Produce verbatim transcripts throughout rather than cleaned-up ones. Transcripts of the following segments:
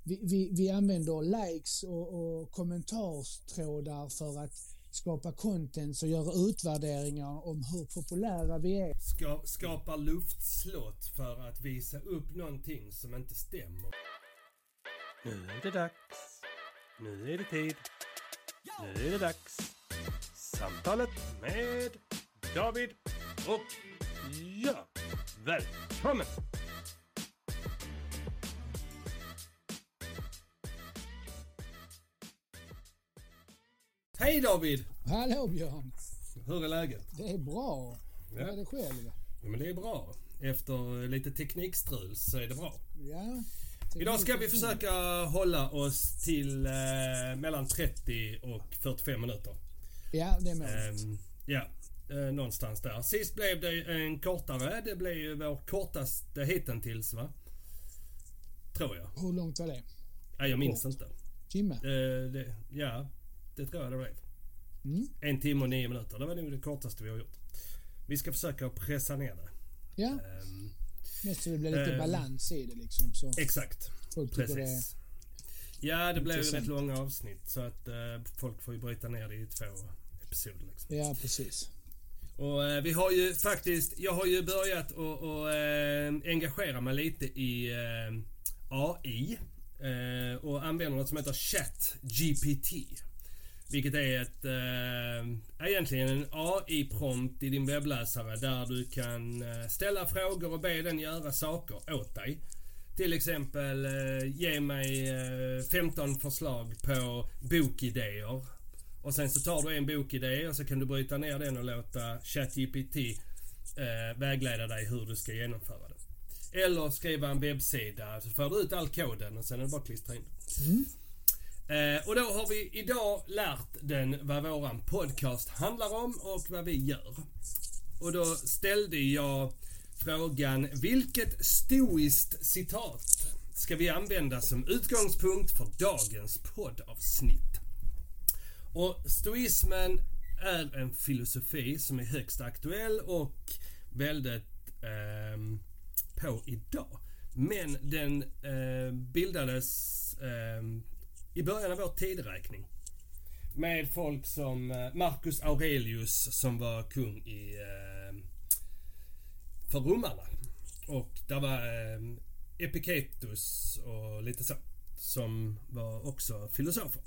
vi, vi, vi använder likes och, och kommentarstrådar för att skapa content och göra utvärderingar om hur populära vi är. Ska, skapar luftslott för att visa upp någonting som inte stämmer. Nu är det dags. Nu är det tid. Nu är det dags. Samtalet med David och ja, välkommen! Hej David! Hallå Björn! Hur är läget? Det är bra. Hur Ja. är det själv? Ja, men det är bra. Efter lite teknikstrul så är det bra. Ja. Idag ska vi försöka hålla oss till eh, mellan trettio och fyrtiofem minuter. Ja, det är målet. Um, ja, eh, någonstans där. Sist blev det en kortare. Det blev ju vår kortaste hittills, va? Tror jag. Hur långt var det? Nej, jag minns Kort. inte. Timme? Eh, det, ja, det tror jag det blev. Mm. En timme och nio minuter. Det var nog det kortaste vi har gjort. Vi ska försöka pressa ner det. Ja. Um, Mest så det blir lite eh, balans i det liksom. Så exakt. folk tycker Precis. Ja, det blev ju intressant. rätt långa avsnitt så att eh, folk får ju bryta ner det i två episoder liksom. Ja, precis. Och eh, vi har ju faktiskt, jag har ju börjat att och, eh, engagera mig lite i eh, A I eh, och använder något som heter ChatGPT. Vilket är ett eh, egentligen en A I-prompt i din webbläsare där du kan eh, ställa frågor och be den göra saker åt dig. Till exempel eh, ge mig eh, femton förslag på bokidéer. Och sen så tar du en bokidé och så kan du bryta ner den och låta ChatGPT eh, vägleda dig hur du ska genomföra det. Eller skriva en webbsida så får du ut all koden och sen är det bara att klistra in. Mm. Eh, och då har vi idag lärt den vad våran podcast handlar om och vad vi gör. Och då ställde jag frågan: vilket stoiskt citat ska vi använda som utgångspunkt för dagens poddavsnitt? Och stoismen är en filosofi som är högst aktuell och väldigt eh, på idag. Men den eh, bildades eh, i början av vår tideräkning med folk som Marcus Aurelius som var kung i eh, för romarna. Och där var eh, Epictetus och lite så som var också filosofer.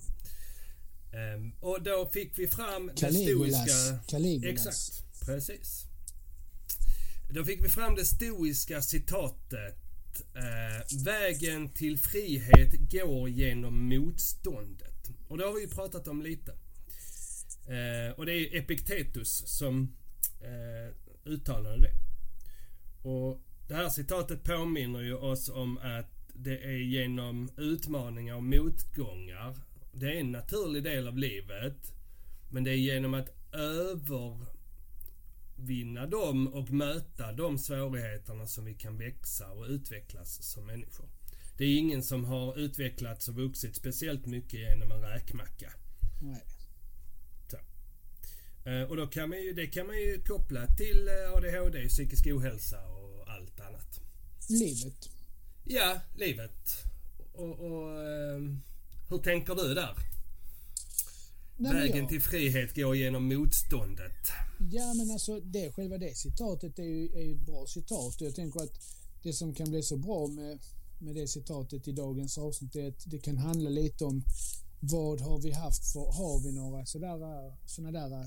Um, och då fick vi fram Caligulas. det stoiska... Caligulas. Exakt, precis. Då fick vi fram det stoiska citatet: uh, vägen till frihet går genom motståndet. Och det har vi ju pratat om lite. Uh, och det är Epictetus som uh, uttalade det. Och det här citatet påminner ju oss om att det är genom utmaningar och motgångar. Det är en naturlig del av livet, men det är genom att övervinna dem och möta de svårigheterna som vi kan växa och utvecklas som människor. Det är ingen som har utvecklats och vuxit speciellt mycket genom en räkmacka. Nej. Så. Och då kan man ju, det kan man ju koppla till A D H D, psykisk ohälsa och allt annat. Livet. Ja, livet. Och... och hur tänker du där? Nej, Vägen jag, till frihet går genom motståndet. Ja, men alltså det, själva det citatet är ju, är ju ett bra citat. Och jag tänker att det som kan bli så bra med, med det citatet i dagens avsnitt är att det kan handla lite om vad har vi haft för, har vi några sådär, sådana där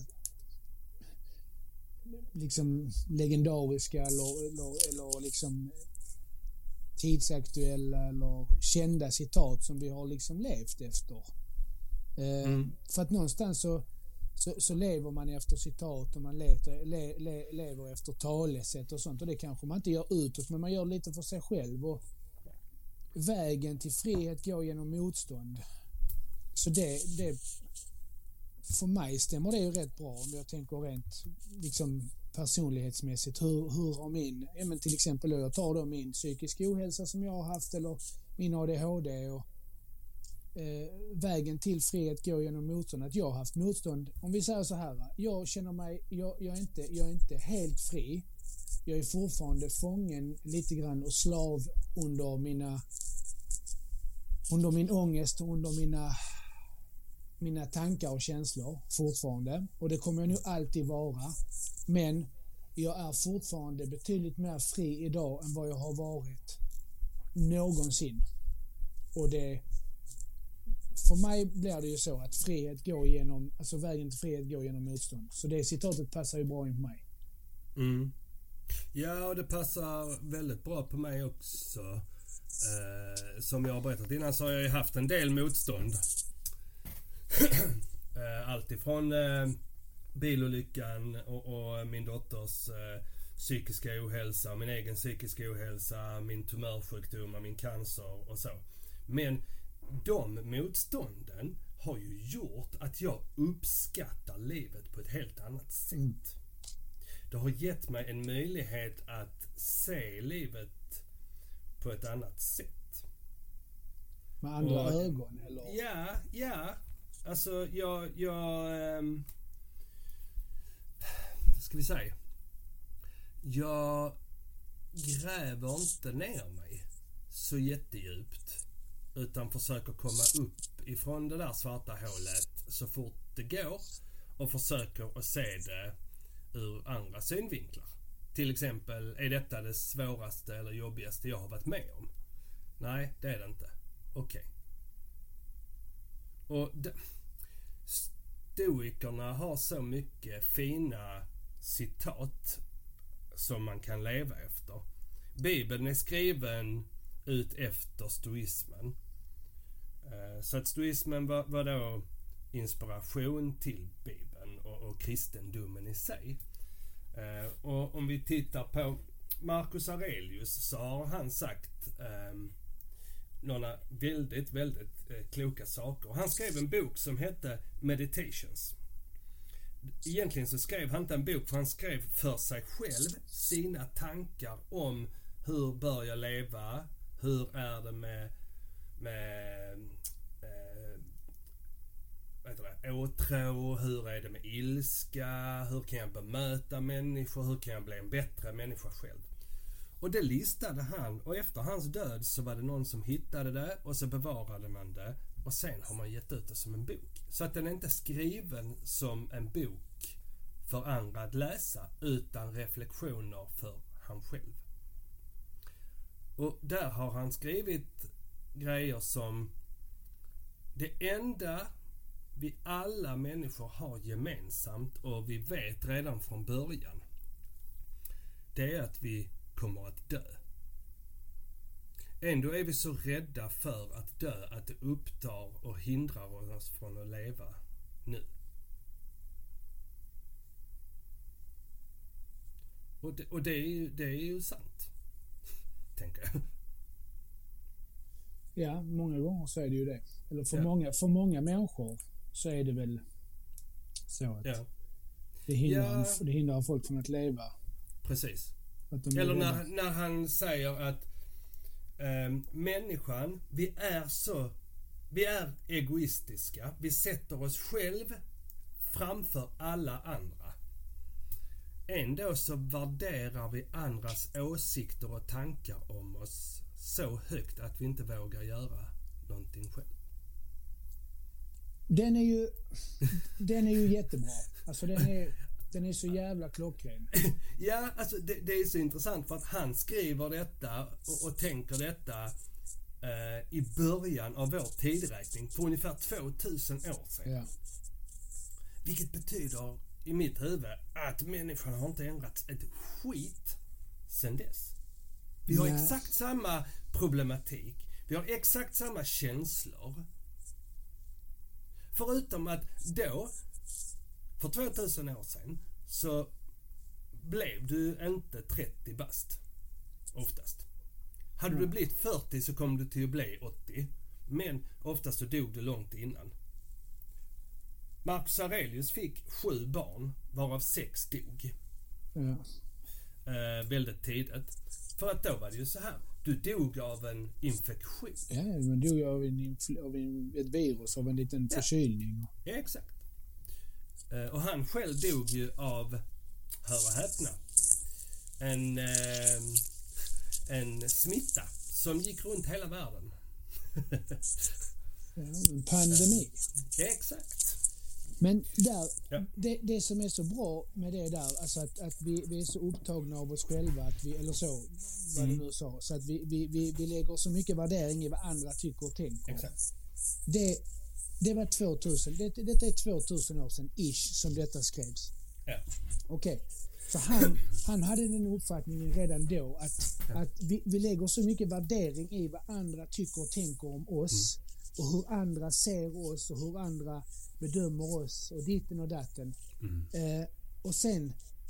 liksom legendariska eller, eller, eller liksom tidsaktuella eller kända citat som vi har liksom levt efter. Eh, mm. För att någonstans så, så, så lever man efter citat och man leter, le, le, lever efter talesätt och sånt, och det kanske man inte gör utåt, men man gör lite för sig själv. Och vägen till frihet går genom motstånd. Så det, det för mig stämmer det ju rätt bra om jag tänker rent liksom personlighetsmässigt. Hur, hur har min, ja, men till exempel jag tar då min psykisk ohälsa som jag har haft eller min A D H D och eh, vägen till frihet går genom motstånd. Att jag har haft motstånd. Om vi säger så här, jag känner mig, jag, jag, är inte, jag är inte helt fri. Jag är fortfarande fången lite grann och slav under mina under min ångest och under mina, mina tankar och känslor fortfarande. Och det kommer jag nog alltid vara. Men jag är fortfarande betydligt mer fri idag än vad jag har varit någonsin. Och det, för mig blir det ju så att frihet går genom, alltså vägen till frihet går genom motstånd. Så det citatet passar ju bra in på mig. Mm. Ja, och det passar väldigt bra på mig också. Eh, som jag har berättat innan så har jag ju haft en del motstånd. eh, allt ifrån eh, bilolyckan och, och min dotters eh, psykiska ohälsa, min egen psykiska ohälsa, min tumörsjukdom, min cancer och så. Men de motstånden har ju gjort att jag uppskattar livet på ett helt annat sätt. Mm. Det har gett mig en möjlighet att se livet på ett annat sätt. Med andra och, ögon, eller? Ja, ja. Alltså, jag... jag ähm, vad ska vi säga? Jag gräver inte ner mig så jättedjupt. Utan försöker komma upp ifrån det där svarta hålet så fort det går. Och försöker att se det ur andra synvinklar. Till exempel, är detta det svåraste eller jobbigaste jag har varit med om? Nej, det är det inte. Okej. Okay. Och de, stoikerna har så mycket fina citat som man kan leva efter. Bibeln är skriven ut efter stoismen. Så att stoismen var, var då inspiration till Bibeln och, och kristendomen i sig. Uh, och om vi tittar på Marcus Aurelius så har han sagt um, några väldigt, väldigt uh, kloka saker. Han skrev en bok som hette Meditations. Egentligen så skrev han inte en bok för han skrev för sig själv sina tankar om hur bör jag leva, hur är det med, med åtrå, hur är det med ilska, hur kan jag bemöta människor, hur kan jag bli en bättre människa själv. Och det listade han och efter hans död så var det någon som hittade det och så bevarade man det och sen har man gett ut det som en bok. Så att den är inte skriven som en bok för andra att läsa utan reflektioner för han själv. Och där har han skrivit grejer som det enda vi alla människor har gemensamt och vi vet redan från början, det är att vi kommer att dö. Ändå är vi så rädda för att dö att det upptar och hindrar oss från att leva nu. Och det, och det, är, ju, det är ju sant, tänker jag. Ja, många gånger så är det ju det. Eller för, ja. många, för många människor så är det väl så att ja. det, hindrar, ja. det hindrar folk från att leva. Precis. Att Eller när, när han säger att eh, människan, vi är så vi är egoistiska. Vi sätter oss själv framför alla andra. Ändå så värderar vi andras åsikter och tankar om oss så högt att vi inte vågar göra någonting själv. Den är ju den är ju jättebra. Alltså den är den är så jävla klockren. Ja, alltså det, det är så intressant för att han skriver detta och, och tänker detta eh, i början av vår tideräkning för ungefär tvåtusen år sedan. Ja. Vilket betyder i mitt huvud att människan har inte ändrats ett skit sedan dess. Vi har ja. exakt samma problematik. Vi har exakt samma känslor. Förutom att då, för tvåtusen år sedan, så blev du inte trettio bast. Oftast. Hade mm. du blivit fyrtio så kom du till att bli åttio. Men oftast så dog du långt innan. Marcus Aurelius fick sju barn, varav sex dog. Mm. Eh, väldigt tidigt. För att då var det ju så här. Du dog av en infektion. Ja, men dog av, en, av en, ett virus, av en liten ja. förkylning. Ja, exakt. Eh, och han själv dog ju av, hör och häpna, en, eh, en smitta som gick runt hela världen. Ja, en pandemi. Exakt. Men där, ja. det, det som är så bra med det där, alltså att, att vi, vi är så upptagna av oss själva, att vi, eller så, vad mm. du nu sa, så att vi, vi, vi, vi lägger så mycket värdering i vad andra tycker och tänker. Exakt. Det, det var tvåtusen, det, detta är tvåtusen år sedan, ish, som detta skrevs. Ja. Okej. Okay. Så han, han hade den uppfattningen redan då att, ja. att vi, vi lägger så mycket värdering i vad andra tycker och tänker om oss mm. och hur andra ser oss och hur andra bedömer oss och ditten och datten. Mm. Eh, och sen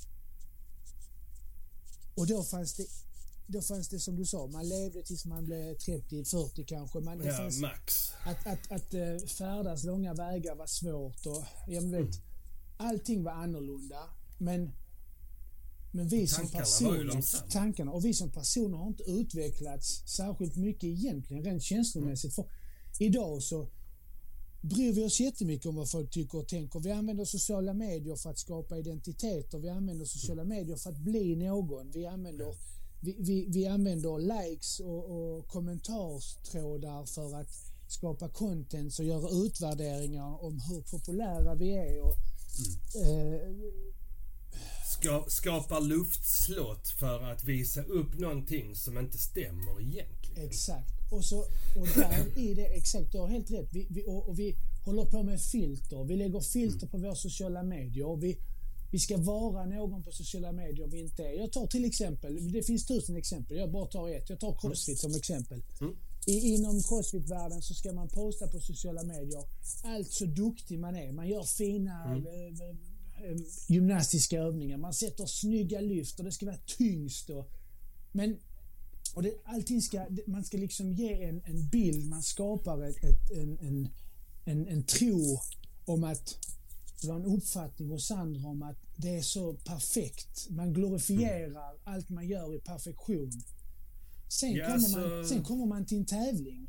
och då fanns det då fanns det som du sa, man levde tills man blev trettio fyrtio kanske. Man, det ja, fanns, max. Att, att, att, att färdas långa vägar var svårt och jag vet, mm. allting var annorlunda. Men Men vi som personer, tankarna, och vi som personer har inte utvecklats särskilt mycket egentligen, rent känslomässigt. För idag så bryr vi oss jättemycket om vad folk tycker och tänker. Vi använder sociala medier för att skapa identiteter. Vi använder sociala medier för att bli någon. Vi använder, vi, vi, vi använder likes och, och kommentarstrådar för att skapa content och göra utvärderingar om hur populära vi är. Och, mm. eh, skapar luftslott för att visa upp någonting som inte stämmer egentligen. Exakt. Och, så, och där i det, exakt, du har helt rätt. Vi, vi, och, och vi håller på med filter. Vi lägger filter på våra sociala medier. Och vi, vi ska vara någon på sociala medier vi inte är. Jag tar till exempel, det finns tusen exempel. Jag bara tar ett. Jag tar CrossFit som exempel. Mm. I, inom CrossFit-världen så ska man posta på sociala medier allt så duktig man är. Man gör fina mm. eh, gymnastiska övningar. Man sätter snygga lyft och det ska vara tyngst. Och, men och det, allting ska, man ska liksom ge en, en bild, man skapar ett, ett, en, en, en, en tro om att det var en uppfattning hos andra om att det är så perfekt. Man glorifierar mm. allt man gör i perfektion. Sen, ja, kommer så... man, sen kommer man till en tävling.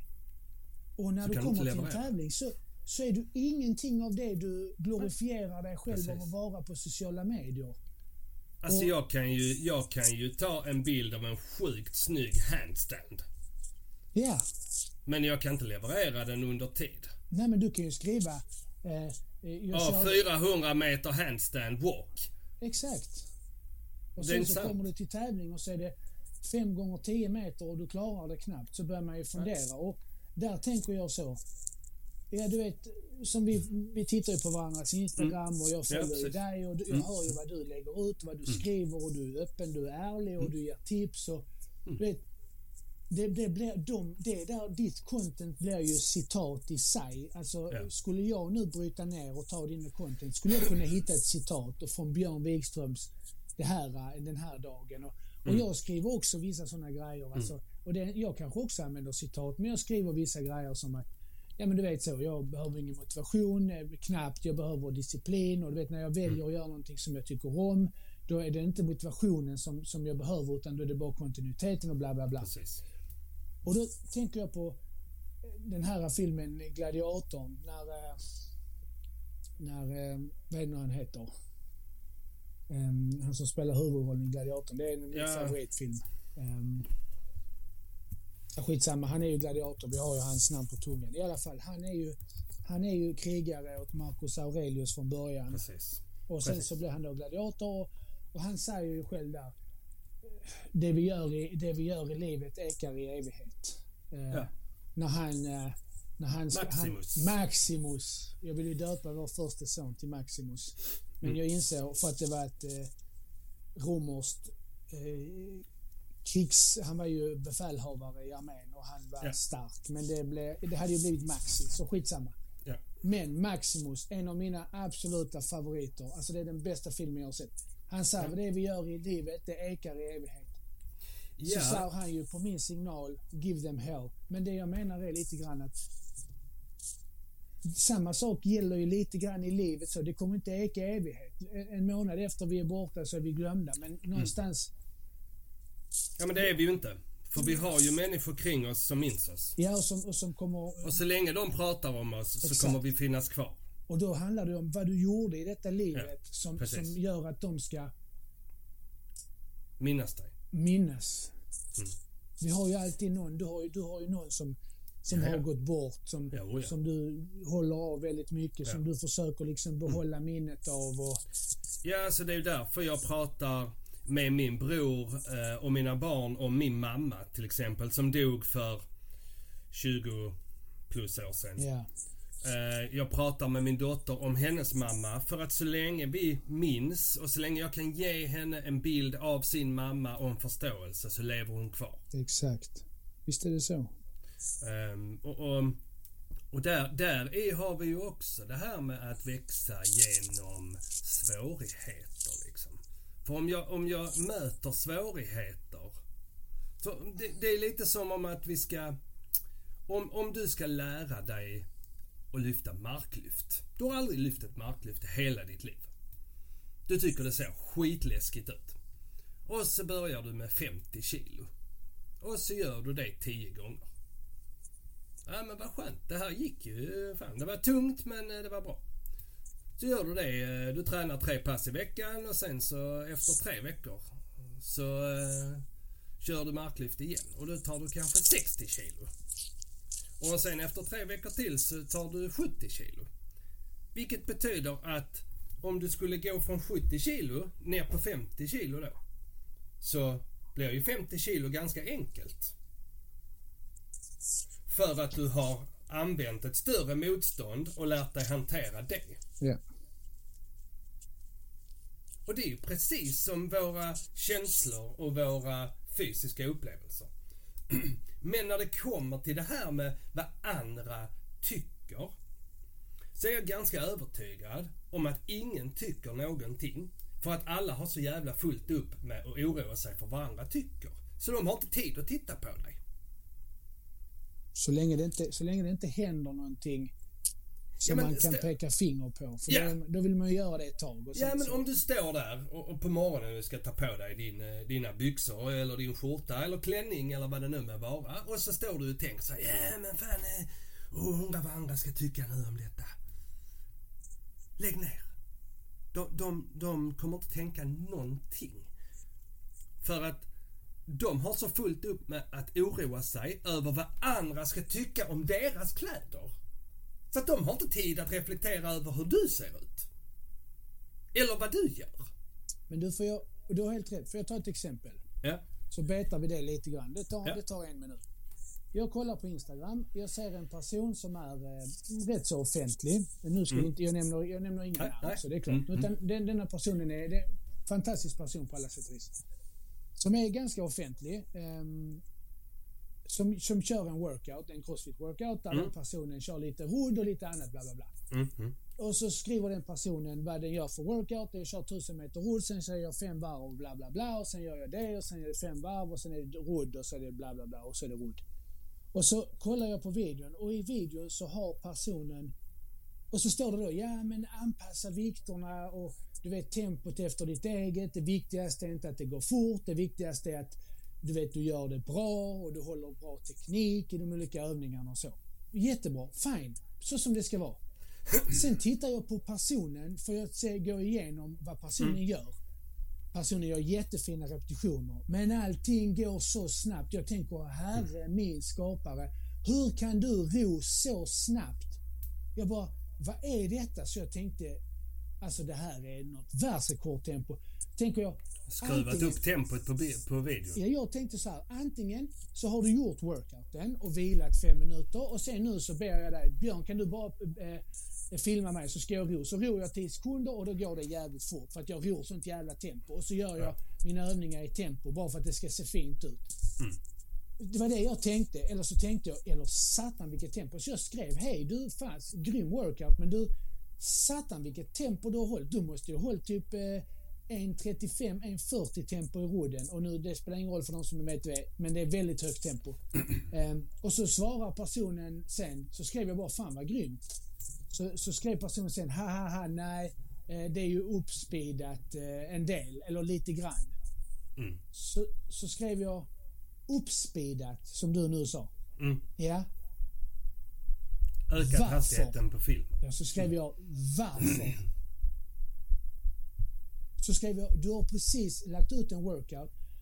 Och när så du kommer till en tävling så så är du ingenting av det du glorifierar dig själv Precis. Av att vara på sociala medier. Alltså och, jag kan ju jag kan ju ta en bild av en sjukt snygg handstand. Ja. Men jag kan inte leverera den under tid. Nej, men du kan ju skriva eh, ja, fyrahundra meter handstand walk. Exakt. Och sen så sant. Kommer du till tävling och så är det fem gånger tio meter och du klarar det knappt, så börjar man ju fundera. Ja. Och där tänker jag så. Ja, du vet, som vi, vi tittar ju på varandras Instagram mm. och jag följer ja, dig och du, jag mm. hör ju vad du lägger ut, vad du mm. skriver och du är öppen, du är ärlig och mm. du ger tips och mm. du vet, det, det blir de, det där, ditt content blir ju citat i sig. Alltså ja. Skulle jag nu bryta ner och ta dina content, skulle jag kunna hitta ett citat och från Björn Wikströms det här, den här dagen och, och mm. jag skriver också vissa sådana grejer alltså, mm. och det, jag kanske också använder citat, men jag skriver vissa grejer som att ja, men du vet så, jag behöver ingen motivation, knappt, jag behöver disciplin och du vet när jag väljer mm. att göra någonting som jag tycker om, då är det inte motivationen som, som jag behöver utan då är det bara kontinuiteten och bla bla bla. Precis. Och då tänker jag på den här filmen Gladiatorn när, när vad är det han heter? Um, han som spelar huvudrollen i Gladiatorn, det är en ja. favoritfilm. Um, Skitsamma, han är ju gladiator. Vi har ju hans namn på tungan. I alla fall, han är ju han är ju krigare åt Marcus Aurelius från början. Precis. Och sen Precis. så blir han då gladiator och, och han säger ju själv där det vi gör i, det vi gör i livet ekar i evighet. Eh, ja. När han eh, när han, Maximus. Han, Maximus. Jag vill ju döpa vår första son till Maximus. Men mm. jag inser för att det var ett eh, romerskt eh, krigs, han var ju befälhavare i armén och han var ja. stark, men det, blev, det hade ju blivit Maxi, så skitsamma. Ja. Men Maximus, en av mina absoluta favoriter, alltså det är den bästa filmen jag har sett. Han sa, ja. det vi gör i livet, det ekar i evighet. Ja. Så sa han ju på min signal, give them hell. Men det jag menar är lite grann att samma sak gäller ju lite grann i livet, så det kommer inte eka i evighet. En månad efter vi är borta så är vi glömda, men någonstans mm. Ja, men det är vi ju inte. För vi har ju människor kring oss som minns oss. Ja, och som, och som kommer... Och så länge de pratar om oss Exakt. Så kommer vi finnas kvar. Och då handlar det om vad du gjorde i detta livet ja, som, som gör att de ska... Minnas dig. Minnas. Mm. Vi har ju alltid någon, du har ju, du har ju någon som, som ja. har gått bort, som, ja, oh ja. som du håller av väldigt mycket, ja. som du försöker liksom behålla mm. minnet av. Och... Ja, så det är därför jag pratar med min bror eh, och mina barn om min mamma till exempel, som dog för tjugo plus år sedan. Ja. Eh, jag pratar med min dotter om hennes mamma för att så länge vi minns och så länge jag kan ge henne en bild av sin mamma och en förståelse, så lever hon kvar. Exakt. Visst är det så. Um, och, och, och där, där är, har vi ju också det här med att växa genom svårigheter liksom. För om jag, om jag möter svårigheter, så det, det är lite som om att vi ska, om, om du ska lära dig att lyfta marklyft. Du har aldrig lyft ett marklyft i hela ditt liv. Du tycker det ser skitläskigt ut. Och så börjar du med femtio kilo. Och så gör du det tio gånger. Ja, men vad skönt. Det här gick ju fan. Det var tungt, men det var bra. Så gör du det. Du tränar tre pass i veckan och sen så efter tre veckor så uh, kör du marklyft igen. Och då tar du kanske sextio kilo. Och sen efter tre veckor till så tar du sjuttio kilo. Vilket betyder att om du skulle gå från sjuttio kilo ner på femtio kilo då, så blir ju femtio kilo ganska enkelt. För att du har använt ett större motstånd och lärt dig hantera det. Ja. Och det är ju precis som våra känslor och våra fysiska upplevelser. Men när det kommer till det här med vad andra tycker, så är jag ganska övertygad om att ingen tycker någonting. För att alla har så jävla fullt upp med att oroa sig för vad andra tycker. Så de har inte tid att titta på dig. Så länge det inte, så länge det inte händer någonting som ja, man kan st- peka finger på. För ja. då, då vill man ju göra det ett tag. Och ja, men så. om du står där och, och på morgonen ska ta på dig din, dina byxor eller din skjorta eller klänning eller vad det nu må vara. Och så står du och tänker så här, ja men fan, oh, undrar vad andra ska tycka nu om detta. Lägg ner. De, de, de kommer inte tänka någonting. För att de har så fullt upp med att oroa sig över vad andra ska tycka om deras kläder. Så att de har inte tid att reflektera över hur du ser ut. Eller vad du gör. Men du får jag, du har helt rätt. Får jag ta ett exempel? Ja. Så betar vi det lite grann. Det tar, ja. det tar en minut. Jag kollar på Instagram. Jag ser en person som är eh, rätt så offentlig. Men nu ska mm. inte, jag nämner, jag nämner ingen nej, namn, så det är klart. Mm. Utan den, denna personen är, det är en fantastisk person på alla sätt och vis. Som är ganska offentlig. Eh, som, som kör en workout, en crossfit workout, där mm. den personen kör lite rodd och lite annat bla bla bla. Mm. Mm. Och så skriver den personen vad den gör för workout. Jag kör tusen meter rodd, sen kör jag fem varv och bla bla bla. Och sen gör jag det och sen är det fem varv och sen är det rodd och så är det bla bla bla och så är det rodd. Och så kollar jag på videon och i videon så har personen, och så står det då, ja men anpassa vikterna och du vet tempot efter ditt eget. Det viktigaste är inte att det går fort, det viktigaste är att du vet du gör det bra och du håller bra teknik i de olika övningarna och så. Jättebra, fine, så som det ska vara. Sen tittar jag på personen för att se, gå igenom vad personen mm. gör. Personen gör jättefina repetitioner, men allting går så snabbt. Jag tänker, herre min skapare, hur kan du ro så snabbt? Jag bara, vad är detta? Så jag tänkte, alltså det här är något världsrekordtempo. Tänker jag. Skruvat antingen, upp tempot på, på videon. Ja, jag tänkte så här, antingen så har du gjort workouten och vilat fem minuter och sen nu så ber jag dig, Björn, kan du bara eh, filma mig så ska jag ro. Så ror jag tio sekunder och då går det jävligt fort för att jag ror sånt jävla tempo. Och så gör jag ja. mina övningar i tempo bara för att det ska se fint ut. Mm. Det var det jag tänkte. Eller så tänkte jag, eller satan vilket tempo. Så jag skrev, hej du, fanns grym workout, men du, satan vilket tempo du har hållit. Du måste ju ha hållit typ eh, en trettiofem, en fyrtio tempo i rodden. Och nu, det spelar ingen roll för de som är med, men det är väldigt högt tempo. um, och så svarar personen sen, så skrev jag bara, fan vad grymt. Så, så skrev personen sen, ha ha ha, nej, eh, det är ju uppspeedat eh, en del, eller lite grann. Mm. Så, så skrev jag, uppspeedat, som du nu sa. Mm. Ja. Ökat varför? Hastigheten på film. Ja, så skrev jag, varför? Så skrev jag, du har precis lagt ut en workout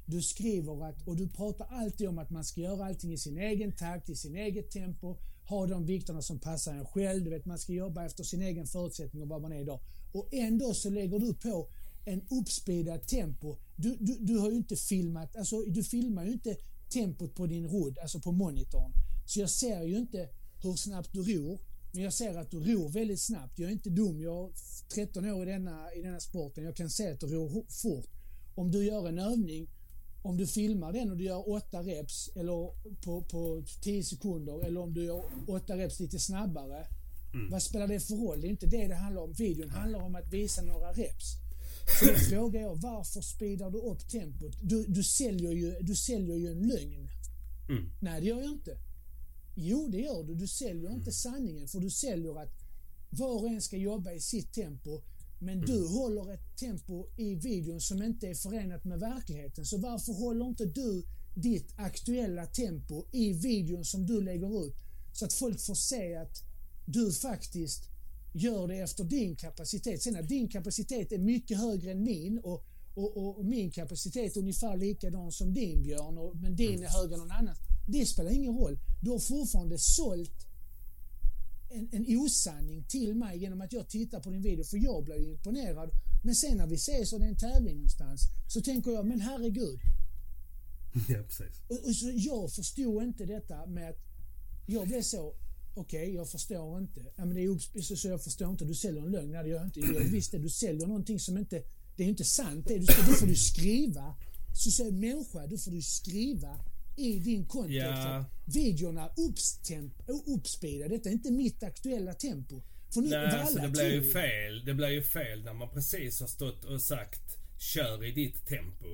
Du skriver att, och du pratar alltid om att man ska göra allting i sin egen takt, i sin eget tempo, ha de vikterna som passar en själv. Du vet, man ska jobba efter sin egen förutsättning och vad man är idag. Och ändå så lägger du på en uppspeedad tempo. Du, du, du har ju inte filmat, alltså du filmar ju inte tempot på din rodd, alltså på monitorn. Så jag ser ju inte hur snabbt du ror, men jag ser att du ror väldigt snabbt. Jag är inte dum, jag har tretton år i denna, i denna sporten. Jag kan se att du ror fort. Om du gör en övning, om du filmar den och du gör åtta reps eller på, på tio sekunder, eller om du gör åtta reps lite snabbare, mm. vad spelar det för roll? Det är inte det det handlar om. Videon handlar om att visa några reps. Så då frågar jag, varför speedar du upp tempot? Du, du, säljer, ju, du säljer ju en lögn. Mm. Nej, det gör jag inte. Jo, det gör du. Du säljer mm. inte sanningen, för du säljer att var och en ska jobba i sitt tempo, men mm. du håller ett tempo i videon som inte är förenat med verkligheten. Så varför håller inte du ditt aktuella tempo i videon som du lägger ut, så att folk får se att du faktiskt gör det efter din kapacitet. Sen att din kapacitet är mycket högre än min, och, och, och, och min kapacitet är ungefär likadan som din, Björn, och, men din mm. är högre än någon annan. Det spelar ingen roll. Du har fortfarande sålt en, en osanning till mig genom att jag tittar på din video, för jag blir imponerad. Men sen när vi ses och det är en tävling någonstans, så tänker jag, men herregud. Ja, precis. Och, och så jag förstod inte detta med att jag blev så, okej, okay, jag förstår inte. Ja, men det är uppspist, så jag förstår inte. Du säljer en lögn. Nej, det gör jag inte. Jag visst det, du säljer någonting som inte, det är inte sant. Det är, du ska, då får du skriva. Så säger människa, då får du skriva i din kontext ja. att videorna uppspeedar. Detta är inte mitt aktuella tempo. För nu, nej, alltså det blir ju fel. Det blir ju fel när man precis har stått och sagt kör i ditt tempo.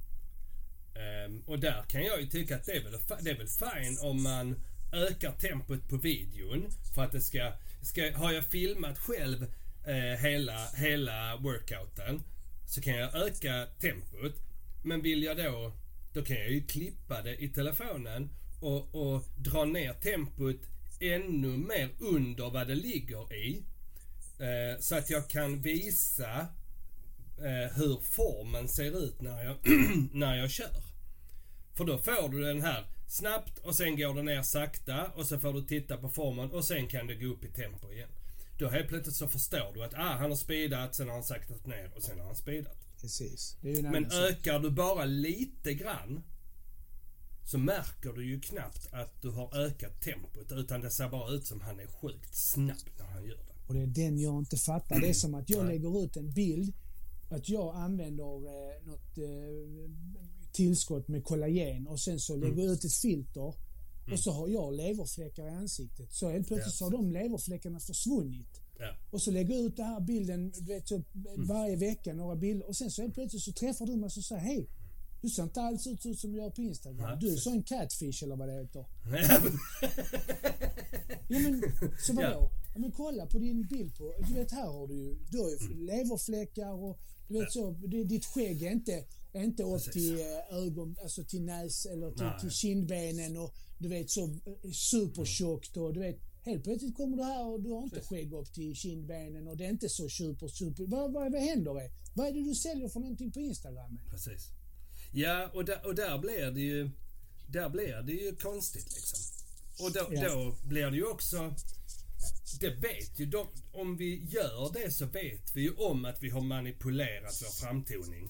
Um, och där kan jag ju tycka att det är väl, det är väl fine om man ökar tempot på videon, för att det ska, ska har jag filmat själv eh, hela, hela workouten, så kan jag öka tempot. Men vill jag då, då kan jag ju klippa det i telefonen och, och dra ner tempot ännu mer under vad det ligger i, eh, så att jag kan visa eh, hur formen ser ut när jag, när jag kör. För då får du den här snabbt och sen går det ner sakta och så får du titta på formen och sen kan det gå upp i tempo igen. Då helt plötsligt så förstår du att ah, han har speedat, sen har han saktat ner och sen har han speedat. Precis. Det är ju men ökar du bara lite grann, så märker du ju knappt att du har ökat tempot, utan det ser bara ut som han är sjukt snabb när han gör det. Och det är den jag inte fattar. Det är som att jag lägger ut en bild, att jag använder eh, något eh, tillskott med kollagen, och sen så lägger jag ut ett filter mm. och så har jag leverfläckar i ansiktet. Så helt plötsligt yes. så har de leverfläckarna försvunnit. Yeah. Och så lägger jag ut den här bilden, du vet, så mm. varje vecka några bilder, och sen så helt plötsligt så träffar du mig och säger hej, du ser inte alls ut som du gör på Instagram. Nej, du är så en catfish eller vad det heter. Ja, men så vadå? Yeah. Ja, men kolla på din bild på, du vet, här har du ju, du har ju mm. leverfläckar och du vet så, det, ditt skägg är inte är inte upp precis. Till ögon, alltså till näs eller till, till kindbenen, och du vet så supertjockt, och du vet helt plötsligt kommer du här och du har inte precis. Skägg upp till kindbenen och det är inte så super super. Vad, vad, vad händer det? Vad är det du säljer för någonting på Instagram? Precis. Ja, och där, och där blir det ju där blir det ju konstigt liksom. Och då, ja. då blir det ju också, det vet ju de, om vi gör det så vet vi ju om att vi har manipulerat vår framtoning.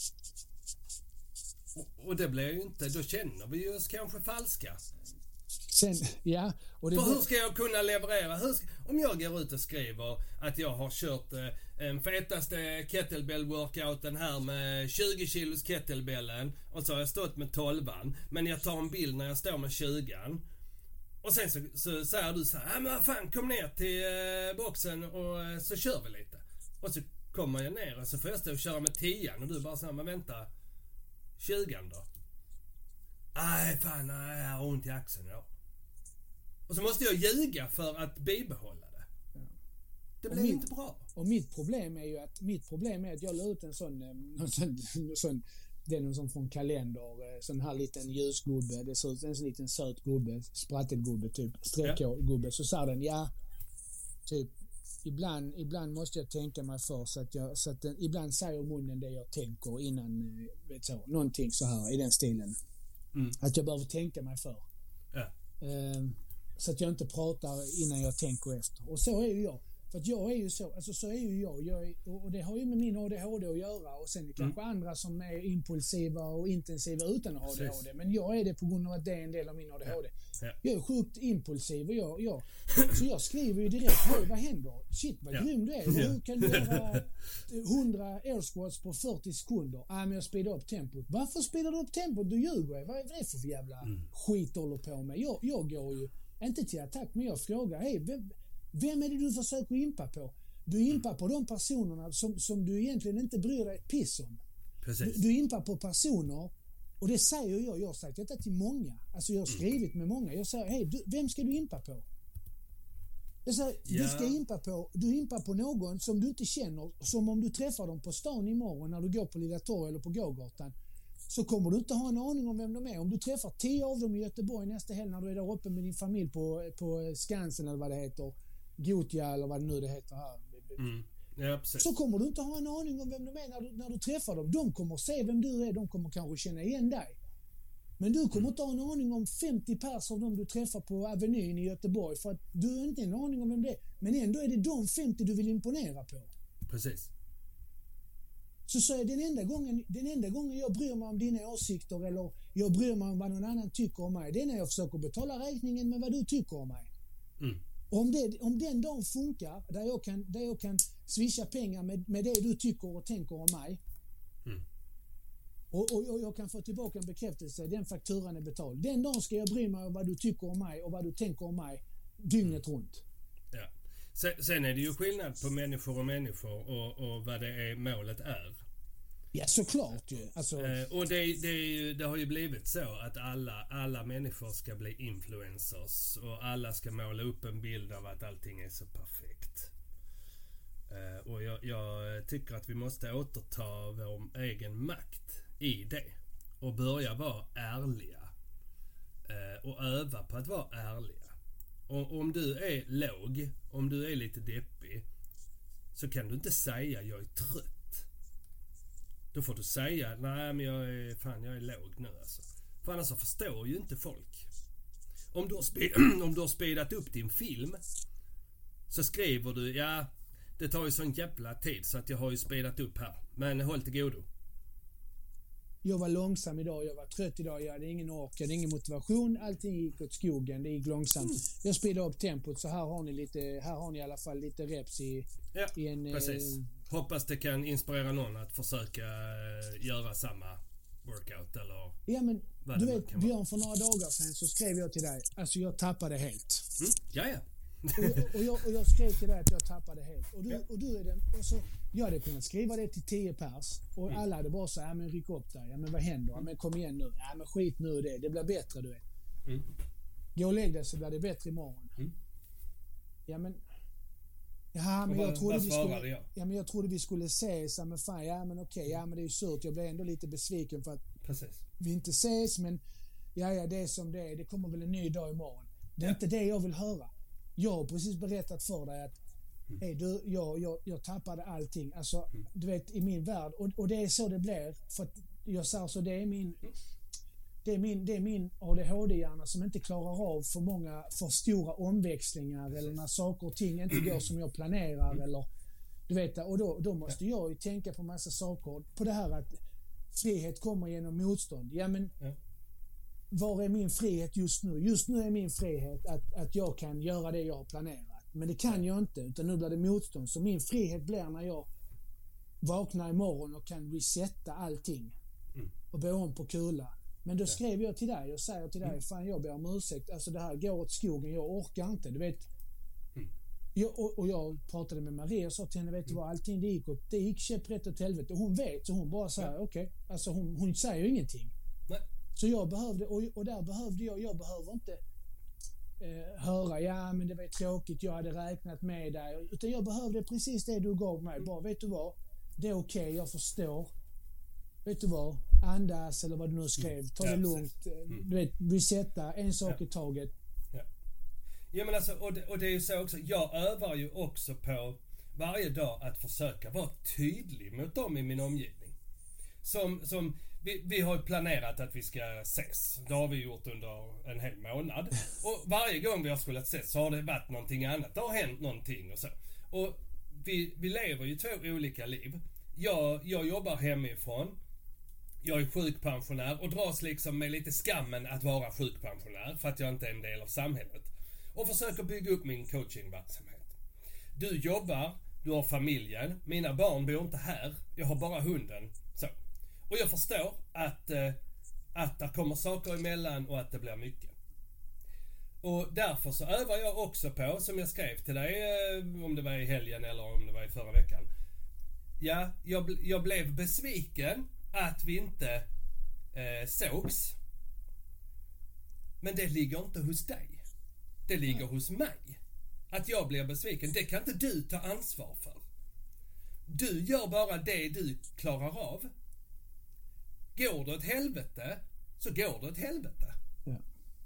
Och, och det blir ju inte, då känner vi ju oss kanske falska. Sen, ja, och det För hur ska jag kunna leverera? Hur ska, om jag går ut och skriver att jag har kört eh, en fetaste kettlebell-workouten här med tjugo kilos kettlebellen, och så har jag stått med tolvan, men jag tar en bild när jag står med tjugan. Och sen så, så säger du så här, ja men vad fan, kom ner till eh, boxen och eh, så kör vi lite. Och så kommer jag ner och så får jag stå och köra med tian, och du bara säger, men vänta, tjugan då? Nej fan, nej, jag har ont i axeln då. Och så måste jag ljuga för att bibehålla det. Ja. Det blir mitt, inte bra. Och mitt problem är ju att mitt problem är att jag la ut en sån, en sån, en sån det är någon sån från kalender, sån här liten ljusgubbe, det ser ut en sån liten söt gubbe, sprattelgubbe typ, streckgubbe, ja. Så sa den, ja typ ibland, ibland måste jag tänka mig för så att jag, så att den, ibland säger munnen det jag tänker innan, vet så, någonting så här i den stilen. Mm. Att jag behöver tänka mig för. Ja. Eh, så att jag inte pratar innan jag tänker efter. Och så är ju jag. För att jag är ju så, alltså så är ju jag, jag är, och det har ju med min A D H D att göra, och sen är det kanske mm. andra som är impulsiva och intensiva utan A D H D, men jag är det på grund av att det är en del av min A D H D. Ja. Ja. Jag är sjukt impulsiv och jag, jag, så jag skriver ju direkt, hej vad händer? Shit vad ja. grym du är, hur kan du göra hundra air squats på fyrtio sekunder? Ja, men jag speedar upp tempot. Varför speedar du upp tempot? Du ljuger, vad är det för jävla mm. skit du håller på med? Jag, jag går ju inte till attack, men jag frågar, hej vem, Vem är det du försöker impa på? Du impar på de personerna som, som du egentligen inte bryr dig ett piss om. Precis. Du, du impar på personer, och det säger jag, jag har sagt detta till många. Alltså jag har skrivit med många. Jag säger, hej, du, vem ska du impa på? Jag säger, ja. du ska impa på, du impar på någon som du inte känner, som om du träffar dem på stan imorgon när du går på Lilla Torg eller på gågatan, så kommer du inte ha en aning om vem de är. Om du träffar tio av dem i Göteborg nästa helg när du är där uppe med din familj på, på Skansen eller vad det heter, Gotia eller vad det nu det heter här. Mm. Ja, precis. Så kommer du inte ha en aning om vem de är när du, när du träffar dem. De kommer se vem du är, de kommer kanske känna igen dig. Men du kommer mm. inte ha en aning om femtio pers av dem du träffar på Avenyn i Göteborg, för att du har inte en aning om vem det är. Men ändå är det de femtio du vill imponera på. Precis. Så, så är den enda gången, den enda gången jag bryr mig om dina åsikter eller jag bryr mig om vad någon annan tycker om mig, det är när jag försöker betala räkningen med vad du tycker om mig. Mm. Om, det, om den dagen funkar, där jag kan, där jag kan swisha pengar med, med det du tycker och tänker om mig, mm. och, och, och jag kan få tillbaka en bekräftelse, den fakturan är betald. Den dagen ska jag bry mig om vad du tycker om mig och vad du tänker om mig dygnet mm. runt. Ja. Sen, sen är det ju skillnad på människor och människor och, och vad det är målet är. Ja, såklart ju. Alltså... Eh, och det, det, är ju, det har ju blivit så att alla, alla människor ska bli influencers och alla ska måla upp en bild av att allting är så perfekt. Eh, och jag, jag tycker att vi måste återta vår egen makt i det och börja vara ärliga. Eh, och öva på att vara ärliga. Och om du är låg, om du är lite deppig, så kan du inte säga jag är trött. Då får du säga, nej men jag är, fan jag är låg nu alltså. För annars så förstår ju inte folk. Om du har, spe- om du har speedat upp din film, så skriver du, ja det tar ju sån jävla tid så att jag har ju speedat upp här. Men håll till godo. Jag var långsam idag, jag var trött idag, jag hade ingen ork, jag hade ingen motivation, allting gick åt skogen, det gick långsamt. Mm. Jag speedade upp tempot, så här har ni lite, här har ni i alla fall lite reps i, ja, i en... precis. Eh, Hoppas det kan inspirera någon att försöka göra samma workout eller... Ja men, du vet Björn, för några dagar sedan så skrev jag till dig, alltså jag tappade helt. Mm. Ja, ja. och, och, jag, och jag skrev till dig att jag tappade helt. Och du, ja. och du är den, och så, jag hade kunnat skriva det till tio pers och mm. alla hade bara sagt, ja men ryck upp där, ja men vad händer? Ja men kom igen nu, ja men skit nu det, det blir bättre du vet. Mm. Gå och lägg dig så blir det bättre imorgon. Mm. Ja men... Ja men, jag trodde vi skulle, jag? ja men jag trodde vi skulle ses, men fan, ja men okej, ja men det är ju surt, jag blev ändå lite besviken för att Precis. vi inte ses, men ja ja det är som det är, det kommer väl en ny dag imorgon. Det är ja. inte det jag vill höra. Jag har precis berättat för dig att mm. hej du, jag, jag, jag tappade allting, alltså mm. du vet i min värld, och, och det är så det blir, för att jag sa så, det är min mm. Det är, min, det är min A D H D-hjärna som inte klarar av för många för stora omväxlingar eller när saker och ting inte går som jag planerar eller du vet, och då, då måste jag ju tänka på massa saker, på det här att frihet kommer genom motstånd. Ja men ja. Var är min frihet just nu? Just nu är min frihet att, att jag kan göra det jag har planerat, men det kan jag inte, utan nu blir det motstånd. Så min frihet blir när jag vaknar imorgon och kan resetta allting mm. och börja om på kula. Men då skrev jag till dig och säger till dig, mm. fan jag ber om ursäkt, alltså det här går åt skogen, jag orkar inte, du vet. Mm. Jag, och, och jag pratade med Maria och sa till henne, vet du vad, allting det gick, och det gick käpprätt åt helvete. Och hon vet, så hon bara säger, ja. okej, okay. Alltså hon, hon säger ingenting. Nej. Så jag behövde, och, och där behövde jag, jag behöver inte eh, höra, ja men det var tråkigt, jag hade räknat med dig, utan jag behövde precis det du gav mig, bara vet du vad, det är okej, okay, jag förstår. Vet du vad? Andas eller vad du nu skrev. Ta det ja, lugnt. Mm. Du vet, resetta en sak ja. i taget. Ja. Ja, men alltså, och det, och det är ju så också. Jag övar ju också på varje dag att försöka vara tydlig mot dem i min omgivning. Som, som vi, vi har planerat att vi ska ses. Det har vi gjort under en hel månad. Och varje gång vi har skulle ses så har det varit någonting annat. Det har hänt någonting och så. Och vi, vi lever ju två olika liv. Jag, jag jobbar hemifrån. Jag är sjukpensionär och dras liksom med lite skammen att vara sjukpensionär för att jag inte är en del av samhället. Och försöker bygga upp min coachingverksamhet. Du jobbar, du har familjen, mina barn bor inte här, jag har bara hunden. Så. Och jag förstår att, eh, att det kommer saker emellan och att det blir mycket. Och därför så övar jag också på, som jag skrev till dig, eh, om det var i helgen eller om det var i förra veckan. Ja, jag, jag blev besviken att vi inte eh, sågs. Men det ligger inte hos dig. Det ligger hos mig. Att jag blir besviken, det kan inte du ta ansvar för. Du gör bara det du klarar av. Går det åt helvete, så går det åt helvete. Ja.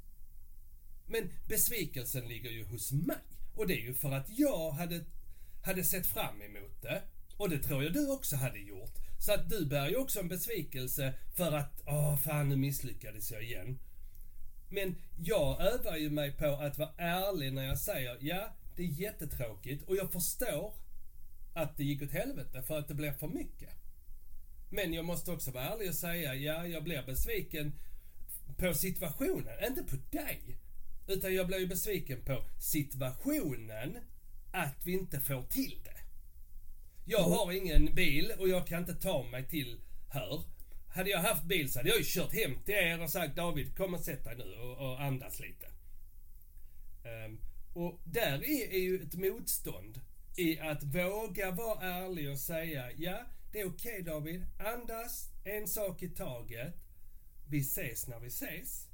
Men besvikelsen ligger ju hos mig. Och det är ju för att jag hade, hade sett fram emot det. Och det tror jag du också hade gjort. Så att du bär ju också en besvikelse för att, åh fan, nu misslyckades jag igen. Men jag övar ju mig på att vara ärlig när jag säger, ja, det är jättetråkigt. Och jag förstår att det gick åt helvete för att det blev för mycket. Men jag måste också vara ärlig och säga, ja, jag blir besviken på situationen. Inte på dig. Utan jag blir ju besviken på situationen att vi inte får till det. Jag har ingen bil och jag kan inte ta mig till här. Hade jag haft bil så hade jag ju kört hem till er och sagt, David, kom och sätt dig nu och, och andas lite. Um, och där är, är ju ett motstånd i att våga vara ärlig och säga, ja, det är okej okay, David, andas, en sak i taget. Vi ses när vi ses.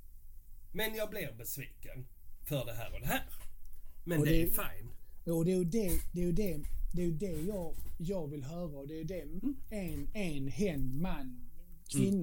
Men jag blir besviken för det här och det här. Men och det, det är fine. Och det är ju det, det, är ju det, det, är ju det jag, jag vill höra. Och det är ju det mm. en, en, hen, man, kvinna,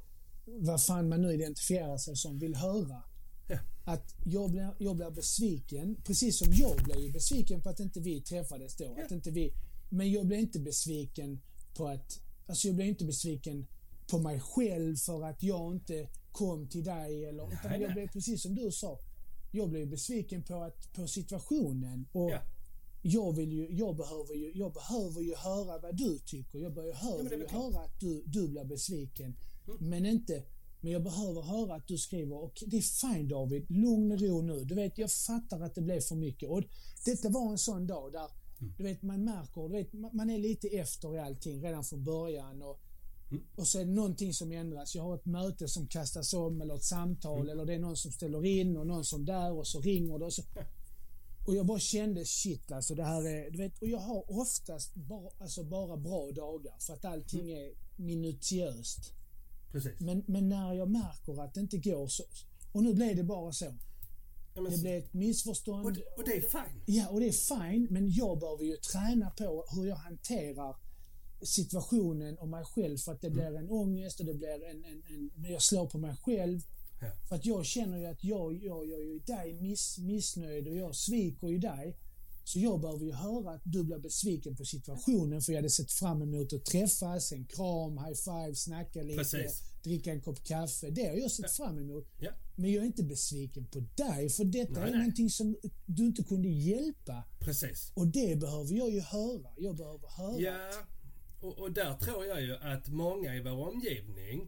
mm. vad fan man nu identifierar sig som, vill höra. Ja. Att jag blir, jag blir besviken, precis som jag blev ju besviken på att inte vi träffades då. Ja. Att inte vi, men jag blev inte besviken på att, alltså jag blev inte besviken på mig själv för att jag inte kom till dig. Eller, nej, utan jag blev, precis som du sa, jag blev besviken på, att, på situationen. Och ja. jag, vill ju, jag, behöver ju, jag behöver ju höra vad du tycker. Jag behöver ja, ju höra att du, du blir besviken. Mm. Men inte... Men jag behöver höra att du skriver, och det är fine David, lugn och ro nu. Du vet, jag fattar att det blev för mycket. Och detta var en sån dag där, mm. du vet, man märker, du vet, man är lite efter i allting redan från början. Och, mm. och så är det någonting som ändras. Jag har ett möte som kastas om, eller ett samtal, mm. eller det är någon som ställer in och någon som där, och så ringer det. Och, så. Och jag bara kände, shit alltså, det här är, du vet, och jag har oftast bara, alltså bara bra dagar för att allting mm. är minutiöst. Precis. Men, men när jag märker att det inte går så... Och nu blev det bara så. Ja, det blev ett missförstånd. Och det, och det är fine. Ja, och det är fine. Men jag behöver ju träna på hur jag hanterar situationen och mig själv. För att det blir en ångest och det blir en... en, en men jag slår på mig själv. Ja. För att jag känner ju att jag, jag, jag är ju dig miss, missnöjd och jag sviker ju dig. Så jag behöver ju höra att du blir besviken på situationen, för jag hade sett fram emot att träffas, en kram, high five, snacka lite, precis. Dricka en kopp kaffe. Det har jag sett ja. fram emot. Ja. Men jag är inte besviken på dig, för detta nej, är nej. någonting som du inte kunde hjälpa. Precis. Och det behöver jag ju höra. Jag behöver höra. Ja, och, och där tror jag ju att många i vår omgivning,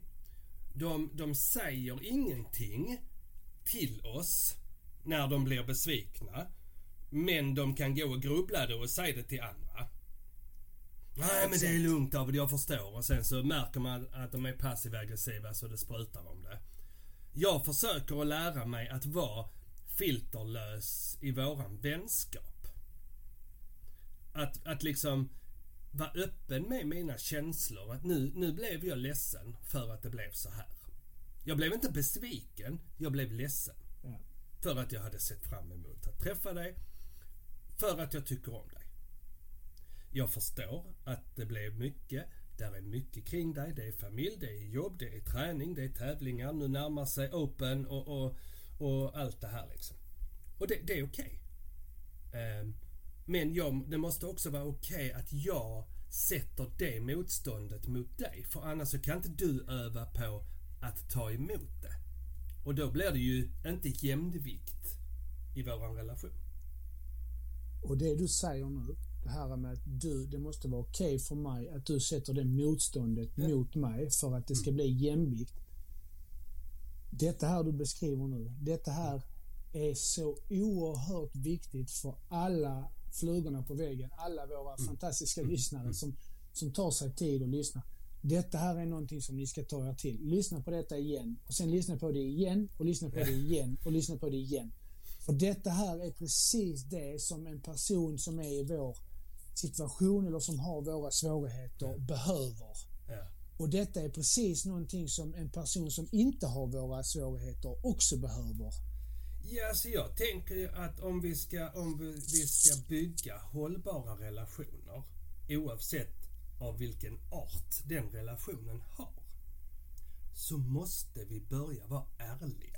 de, de säger ingenting till oss när de blir besvikna. Men de kan gå och grubbla det och säga det till andra. Nej, men det är lugnt David, jag förstår. Och sen så märker man att de är passiv-aggressiva så det sprutar om det. Jag försöker att lära mig att vara filterlös i våran vänskap. Att, att liksom vara öppen med mina känslor. Att nu, nu blev jag ledsen för att det blev så här. Jag blev inte besviken, jag blev ledsen. Ja. För att jag hade sett fram emot att träffa dig. För att jag tycker om dig. Jag förstår att det blev mycket. Där är mycket kring dig. Det är familj, det är jobb, det är träning, det är tävlingar. Nu närmar sig Open och, och, och allt det här liksom. Och det, det är okej. Okay. Um, men jag, det måste också vara okej okay att jag sätter det motståndet mot dig. För annars så kan inte du öva på att ta emot det. Och då blir det ju inte jämnvikt i vår relation. Och det du säger nu, det här med att du, det måste vara okej okay för mig att du sätter det motståndet ja. mot mig för att det ska mm. bli jämvikt. Detta här du beskriver nu, detta här är så oerhört viktigt för alla flugorna på väggen, alla våra mm. fantastiska mm. lyssnare mm. som, som tar sig tid att lyssna. Detta här är någonting som ni ska ta er till. Lyssna på detta igen och sen lyssna på det igen och lyssna på det igen och lyssna på det igen. För detta här är precis det som en person som är i vår situation eller som har våra svårigheter ja. behöver. Ja. Och detta är precis någonting som en person som inte har våra svårigheter också behöver. Ja, så jag tänker ju att om vi ska, om vi, vi ska bygga hållbara relationer, oavsett av vilken art den relationen har, så måste vi börja vara ärliga.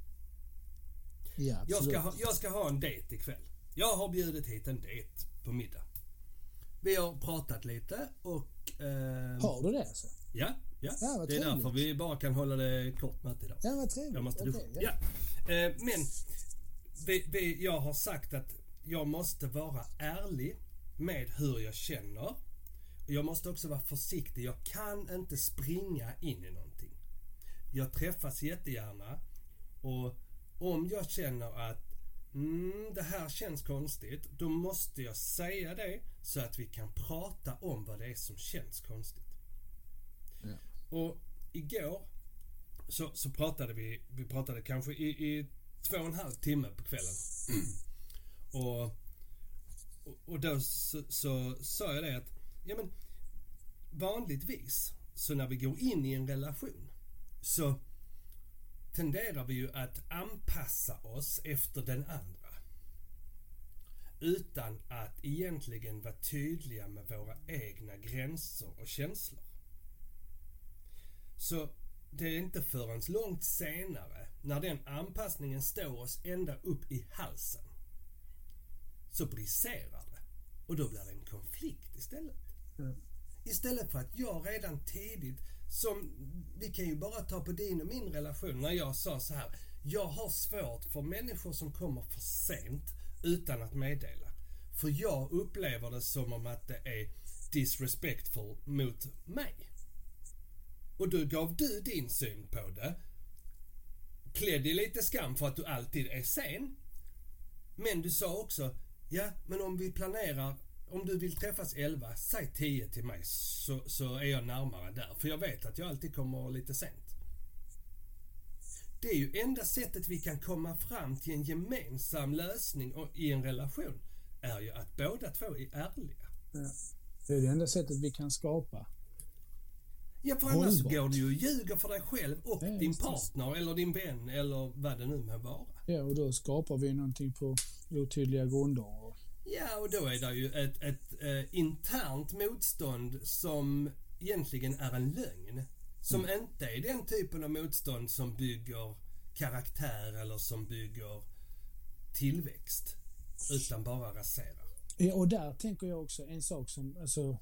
Ja, jag, ska ha, jag ska ha en dejt ikväll. Jag har bjudit hit en dejt på middag. Vi har pratat lite och... Eh, har du det alltså? Ja, ja. ja det är därför vi bara kan hålla det kort möte idag. Ja, vad trevligt. Jag måste okay, ja. ja. Eh, men vi, vi, jag har sagt att jag måste vara ärlig med hur jag känner. Jag måste också vara försiktig. Jag kan inte springa in i någonting. Jag träffas jättegärna och om jag känner att mm, det här känns konstigt, då måste jag säga det så att vi kan prata om vad det är som känns konstigt. Ja. Och igår så, så pratade vi, vi pratade kanske i, i två och en halv timme på kvällen. Mm. Och, och, och då så, så sa jag det att ja men vanligtvis så när vi går in i en relation så tenderar vi ju att anpassa oss efter den andra utan att egentligen vara tydliga med våra egna gränser och känslor. Så det är inte förrän långt senare när den anpassningen står oss ända upp i halsen så briserar det och då blir det en konflikt istället. Mm. Istället för att jag redan tidigt, som vi kan ju bara ta på din och min relation, när jag sa så här: jag har svårt för människor som kommer för sent utan att meddela. För jag upplever det som om att det är disrespectful mot mig. Och då gav du din syn på det. Klädd i lite skam för att du alltid är sen. Men du sa också, ja men om vi planerar, om du vill träffas elva, säg tio till mig så, så är jag närmare där. För jag vet att jag alltid kommer lite sent. Det är ju enda sättet vi kan komma fram till en gemensam lösning i en relation är ju att båda två är ärliga. Ja. Det är det enda sättet vi kan skapa. Ja, för annars hållbart. Går du ju och ljuger för dig själv och ja, din partner eller din vän eller vad det nu må vara. Ja, och då skapar vi någonting på otydliga grunder. Ja, och då är det ju ett, ett äh, internt motstånd som egentligen är en lögn. Som mm. inte är den typen av motstånd som bygger karaktär eller som bygger tillväxt. Utan bara raserar. Ja, och där tänker jag också en sak som, alltså,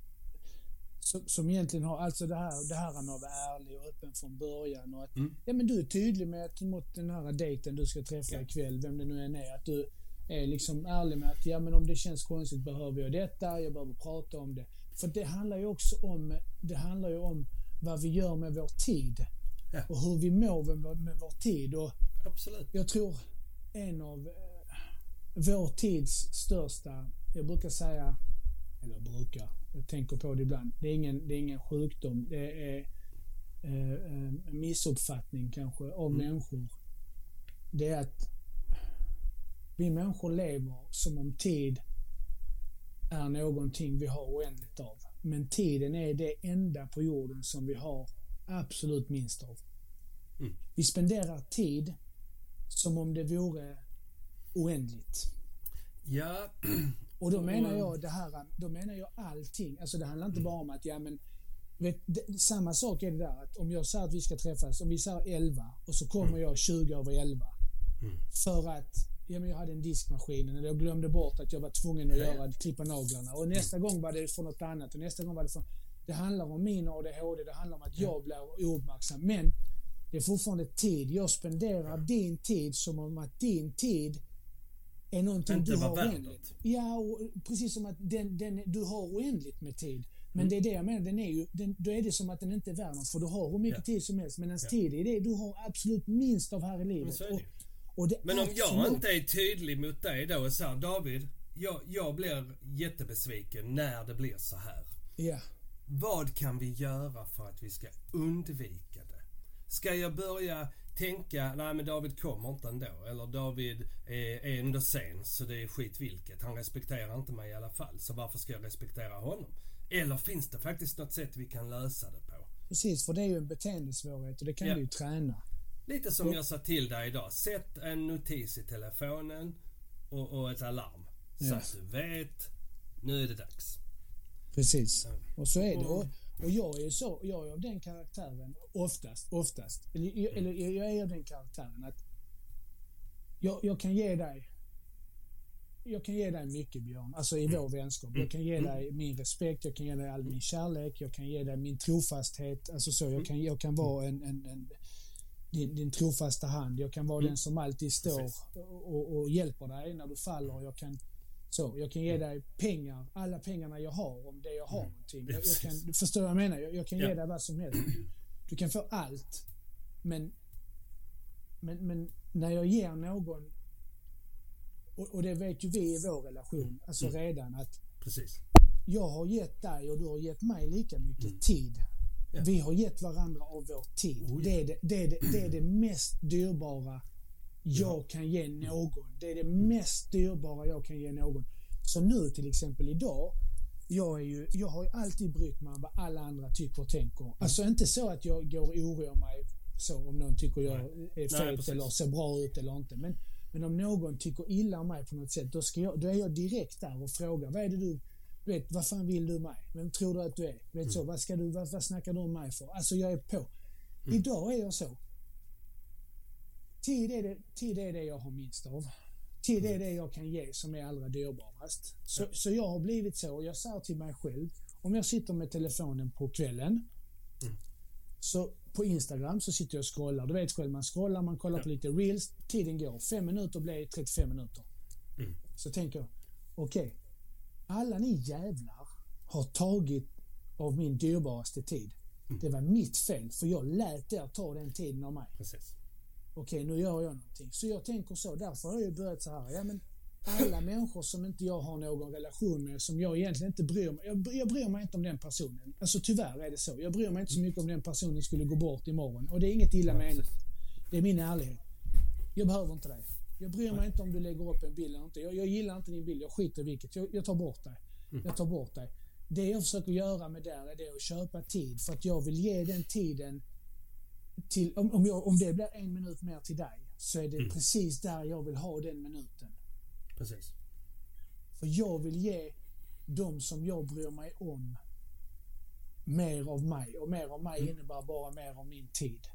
som, som egentligen har, alltså det här, det här med att vara ärlig och öppen från början. Och att, mm. ja, men du är tydlig med att mot den här dejten du ska träffa ja. ikväll, vem det nu än är, att du är liksom ärlig med att ja, men om det känns konstigt behöver jag detta, jag behöver prata om det. För det handlar ju också om, det handlar ju om vad vi gör med vår tid. Ja. Och hur vi mår med, med vår tid. Och absolut. Jag tror en av eh, vår tids största, jag brukar säga, eller brukar, jag tänker på det ibland, det är ingen, det är ingen sjukdom, det är eh, missuppfattning kanske av mm. människor. Det är att vi människor lever som om tid är någonting vi har oändligt av. Men tiden är det enda på jorden som vi har absolut minst av. Mm. Vi spenderar tid som om det vore oändligt. Ja. Och då menar jag det här, då menar jag allting. Alltså det handlar inte mm. bara om att, ja men, vet, det, samma sak är det där att om jag säger att vi ska träffas, om vi säger elva och så kommer mm. jag tjugo över elva. Mm. För att ja, men jag hade en diskmaskin och jag glömde bort att jag var tvungen att göra, klippa naglarna. Och nästa gång var det för något annat och nästa gång var det för... Det handlar om min A D H D, det handlar om att jag blir ouppmärksam. Men det är fortfarande tid. Jag spenderar din tid som om att din tid är någonting inte du har oändligt. Ja, och precis som att den, den, du har oändligt med tid. Men mm. det är det jag menar, den är ju, den, då är det som att den inte är värd något, för du har hur mycket ja. tid som helst. Men ens ja. tid är det du har absolut minst av här i livet. Men, och, och det men om jag inte är tydlig mot dig då och säger David, jag, jag blir jättebesviken när det blir så här. Ja. Vad kan vi göra för att vi ska undvika det? Ska jag börja tänka, nej men David kommer inte ändå. Eller David är, är ändå sen, så det är skit vilket. Han respekterar inte mig i alla fall. Så varför ska jag respektera honom? Eller finns det faktiskt något sätt vi kan lösa det på? Precis, för det är ju en beteendesvårighet och det kan ja. du ju träna. Lite som och, jag sa till dig idag. Sätt en notis i telefonen och, och ett alarm. Så ja. att du vet, nu är det dags. Precis, och så är det. Och, och jag är så, jag är av den karaktären oftast, oftast. Eller, eller jag är av den karaktären att jag, jag kan ge dig jag kan ge dig mycket, Björn, alltså i vår vänskap. Jag kan ge dig min respekt, jag kan ge dig all min kärlek, jag kan ge dig min trofasthet, alltså så, jag kan, jag kan vara en, en, en din, din trofasta hand, jag kan vara mm. den som alltid står och, och hjälper dig när du faller, jag kan så, jag kan ge dig pengar, alla pengarna jag har, om det jag har någonting. Jag, jag kan, förstår vad jag menar? Jag, jag kan ja. ge dig vad som helst. Du kan få allt, men men, men när jag ger någon, och, och det vet ju vi i vår relation, alltså mm. redan att precis. Jag har gett dig och du har gett mig lika mycket mm. tid. Ja. Vi har gett varandra av vår tid. Oh, ja. det, är det, det, är det, det är det mest dyrbara jag ja. kan ge någon. Det är det mest dyrbara jag kan ge någon. Så nu till exempel idag, jag, är ju, jag har ju alltid brytt mig om vad alla andra tycker och tänker. Alltså inte så att jag går och oroar mig så om någon tycker jag är fet eller ser bra ut eller inte. Men, men om någon tycker illa om mig på något sätt, då, ska jag, då är jag direkt där och frågar, vad är det du, du vet, vad fan vill du mig? Vem tror du att du är? Vet mm. så, vad, ska du, vad, vad snackar du om mig för? Alltså jag är på. Mm. Idag är jag så. Tid är, det, tid är det jag har minst av. Tid är det jag kan ge som är allra dyrbarast. Så, ja. så jag har blivit så. Jag sa till mig själv, om jag sitter med telefonen på kvällen mm. så på Instagram så sitter jag och scrollar. Du vet själv, man scrollar, man kollar ja. på lite reels. Tiden går. Fem minuter blir trettiofem minuter. Mm. Så tänker jag, okej. Okay, alla ni jävlar har tagit av min dyrbaraste tid. Mm. Det var mitt fel, för jag lät er ta den tiden av mig. Precis. Okej, nu gör jag någonting. Så jag tänker så, därför har jag börjat så här. Ja, men alla människor som inte jag har någon relation med, som jag egentligen inte bryr mig. Jag, jag bryr mig inte om den personen. Alltså tyvärr är det så. Jag bryr mig inte så mycket om den personen skulle gå bort imorgon. Och det är inget illa med det. Det är min ärlighet. Jag behöver inte dig. Jag bryr mig inte om du lägger upp en bild eller inte. Jag, jag gillar inte din bild. Jag skiter i vilket. Jag, jag tar bort dig. Jag tar bort dig. Det jag försöker göra med det är det att köpa tid. För att jag vill ge den tiden till, om, om, jag, om det blir en minut mer till dig, så är det mm. precis där jag vill ha den minuten. Precis. För jag vill ge de som jag bryr mig om mer av mig. Och mer av mig mm. innebär bara mer av min tid.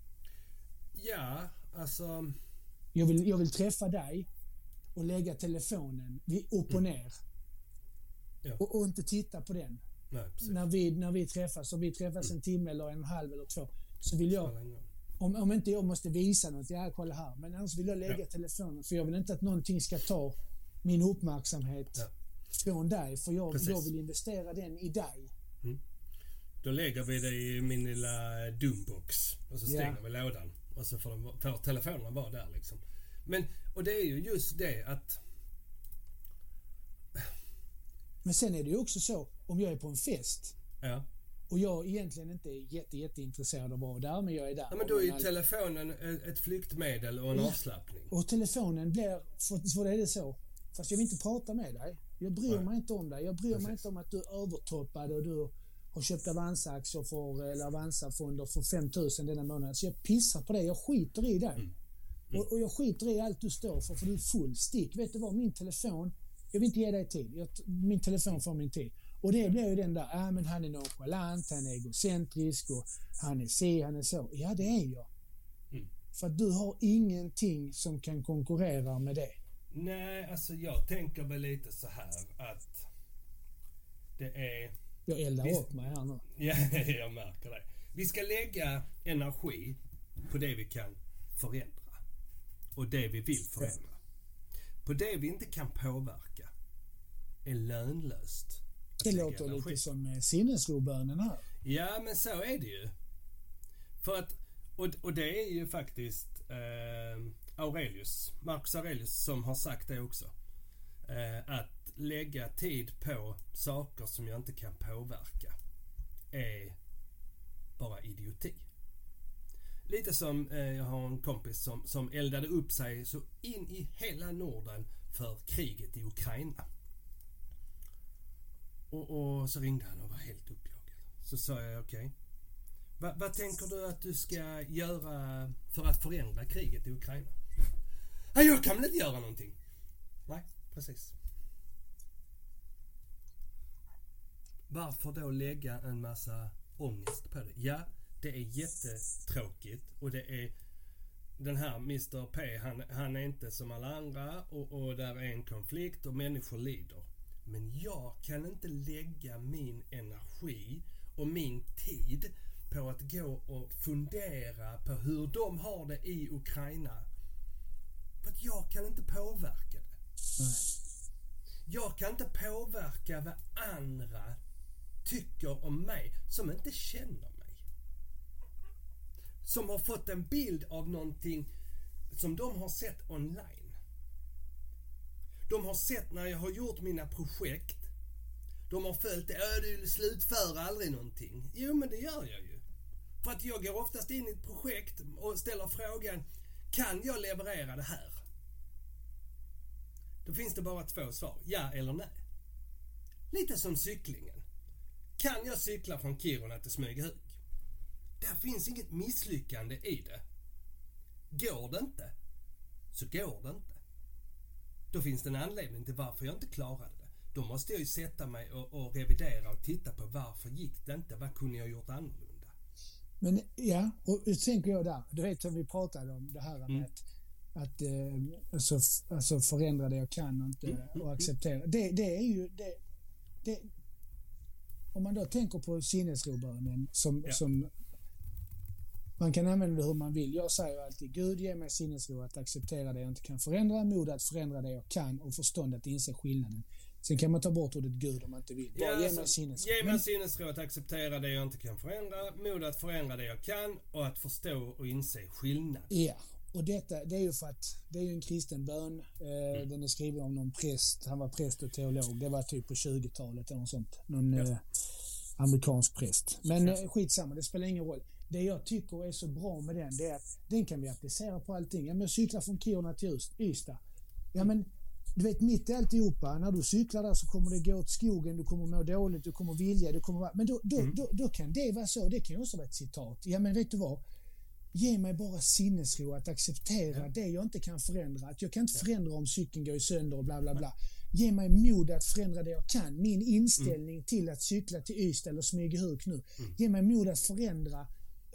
Ja, alltså... Jag vill, jag vill träffa dig och lägga telefonen upp och ner. Mm. Ja. Och, och inte titta på den. Nej, när, vi, när vi träffas. Och vi träffas mm. en timme eller en halv eller två. Så vill jag, om, om inte jag måste visa något, ja, kolla här, men annars vill jag lägga ja. telefonen, för jag vill inte att någonting ska ta min uppmärksamhet ja. från dig, för jag, jag vill investera den i dig. Mm. Då lägger vi det i min lilla dumbox och så stänger ja. vi lådan och så får, de, får telefonerna vara där liksom. Men, och det är ju just det att... Men sen är det ju också så, om jag är på en fest ja. och jag egentligen inte är jätte, jätteintresserad av att vara där, men jag är där. Ja, men då är ju all... telefonen ett flyktmedel och en ja. avslappning. Och telefonen blir, för, för det är det så, fast jag vill inte prata med dig. Jag bryr Nej. mig inte om dig. Jag bryr Precis. mig inte om att du är övertoppad och du har köpt Avanza-aktier för, eller Avanza-fonder för fem tusen denna månad. Så jag pissar på det. Jag skiter i dig. Mm. Mm. Och, och jag skiter i allt du står för, för du är full stick. Vet du vad? Min telefon, jag vill inte ge dig tid. Jag, min telefon får min tid. Och det blir ju den där, ja, men han är nonchalant, han är egocentrisk och han är si, han är så. Ja, det är jag. Mm. För att du har ingenting som kan konkurrera med det. Nej, alltså jag tänker väl lite så här att det är... Jag eldar vi, upp mig här nu. Ja, jag märker det. Vi ska lägga energi på det vi kan förändra. Och det vi vill förändra. På det vi inte kan påverka är lönlöst. Det låter energi. Lite som sinnesrobönen här. Ja, men så är det ju. För att, och, och det är ju faktiskt eh, Aurelius, Marcus Aurelius, som har sagt det också. Eh, att lägga tid på saker som jag inte kan påverka är bara idioti. Lite som eh, jag har en kompis som, som eldade upp sig så in i hela Norden för kriget i Ukraina. Och, och så ringde han och var helt uppjagad. Så sa jag okej. Okay, Va, vad tänker du att du ska göra för att förändra kriget i Ukraina? Nej, jag kan väl inte göra någonting. Nej, precis. Varför då lägga en massa ångest på det? Ja, det är jättetråkigt och det är den här mister P, han, han är inte som alla andra och, och där är en konflikt och människor lider. Men jag kan inte lägga min energi och min tid på att gå och fundera på hur de har det i Ukraina. För att jag kan inte påverka det. Nej. Jag kan inte påverka vad andra tycker om mig som inte känner mig. Som har fått en bild av någonting som de har sett online. De har sett när jag har gjort mina projekt. De har följt det. Äh, du slutför aldrig någonting. Jo, men det gör jag ju. För att jag går oftast in i ett projekt och ställer frågan, kan jag leverera det här? Då finns det bara två svar. Ja eller nej. Lite som cyklingen. Kan jag cykla från Kiruna till Smygehuk? Där finns inget misslyckande i det. Går det inte, så går det inte. Då finns det en anledning till varför jag inte klarade det. Då måste jag ju sätta mig och, och revidera och titta på varför gick det inte? Vad kunde jag gjort annorlunda? Men ja, och det tänker jag där. Du vet som vi pratade om det här med mm. att, att eh, alltså, alltså förändra det jag kan och, inte, mm. och acceptera. Det, det är ju... Det, det, om man då tänker på sinnesrobönen som, ja. som man kan använda det hur man vill. Jag säger alltid, Gud ge mig sinnesro att acceptera det jag inte kan förändra, mod att förändra det jag kan och förstånd att inse skillnaden. Sen kan man ta bort ordet Gud om man inte vill. Bara ja, ge mig sinnesro. Ge mig Men... sinnesro att acceptera det jag inte kan förändra, mod att förändra det jag kan och att förstå och inse skillnaden. Ja, och detta det är ju för att det är ju en kristen bön. Eh, mm. Den är skriven av någon präst. Han var präst och teolog. Det var typ på tjugotalet eller något sånt. Någon ja. eh, amerikansk präst. Men eh, skitsamma, det spelar ingen roll. Det jag tycker är så bra med den, det är att den kan vi applicera på allting. Ja, men jag cyklar från Kiruna till Ystad. Ja, men du vet, mitt i alltihopa, när du cyklar där så kommer det gå åt skogen, du kommer må dåligt, du kommer vilja, du kommer... Men då, då, mm. då, då kan det vara så, det kan ju också vara ett citat. Ja, men vet du vad? Ge mig bara sinnesro att acceptera ja. det jag inte kan förändra. Att jag kan inte ja. förändra om cykeln går sönder och bla bla bla. Ge mig mod att förändra det jag kan. Min inställning mm. till att cykla till Ystad eller Smygehuk nu. Mm. Ge mig mod att förändra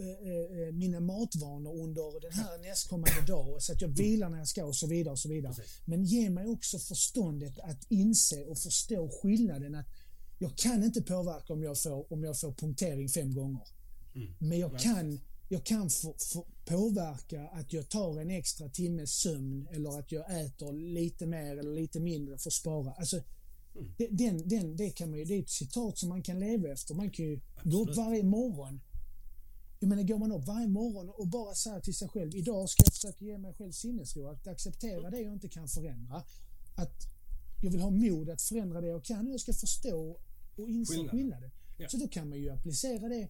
mina matvanor under den här nästkommande dag så att jag vilar när jag ska och så vidare och så vidare. Precis. Men ge mig också förståndet att inse och förstå skillnaden att jag kan inte påverka om jag får, om jag får punktering fem gånger. Mm. Men jag kan, jag kan få, få påverka att jag tar en extra timmes sömn eller att jag äter lite mer eller lite mindre för att spara. Alltså, mm. den, den, det, kan man ju, det är ett citat som man kan leva efter. Man kan ju Absolut. gå upp varje morgon. Jag menar, går man upp varje morgon och bara säger till sig själv, idag ska jag försöka ge mig själv sinnesro, att acceptera det jag inte kan förändra. Att jag vill ha mod att förändra det jag kan och jag ska förstå och inse skillnaden. skillnaden. Ja. Så då kan man ju applicera det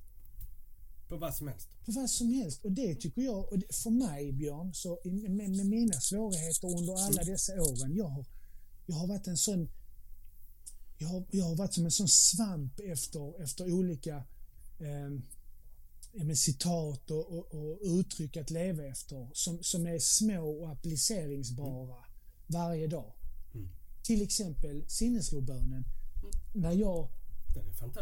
på vad som helst. På vad som helst. Och det tycker jag, och för mig Björn, så med, med mina svårigheter under alla dessa åren, jag har, jag har varit en sån jag har, jag har varit som en sån svamp efter, efter olika eh, med citat och, och, och uttryck att leva efter som, som är små och appliceringsbara mm. varje dag. Mm. Till exempel sinnesrobönen. Mm. När jag... Den är fantastisk.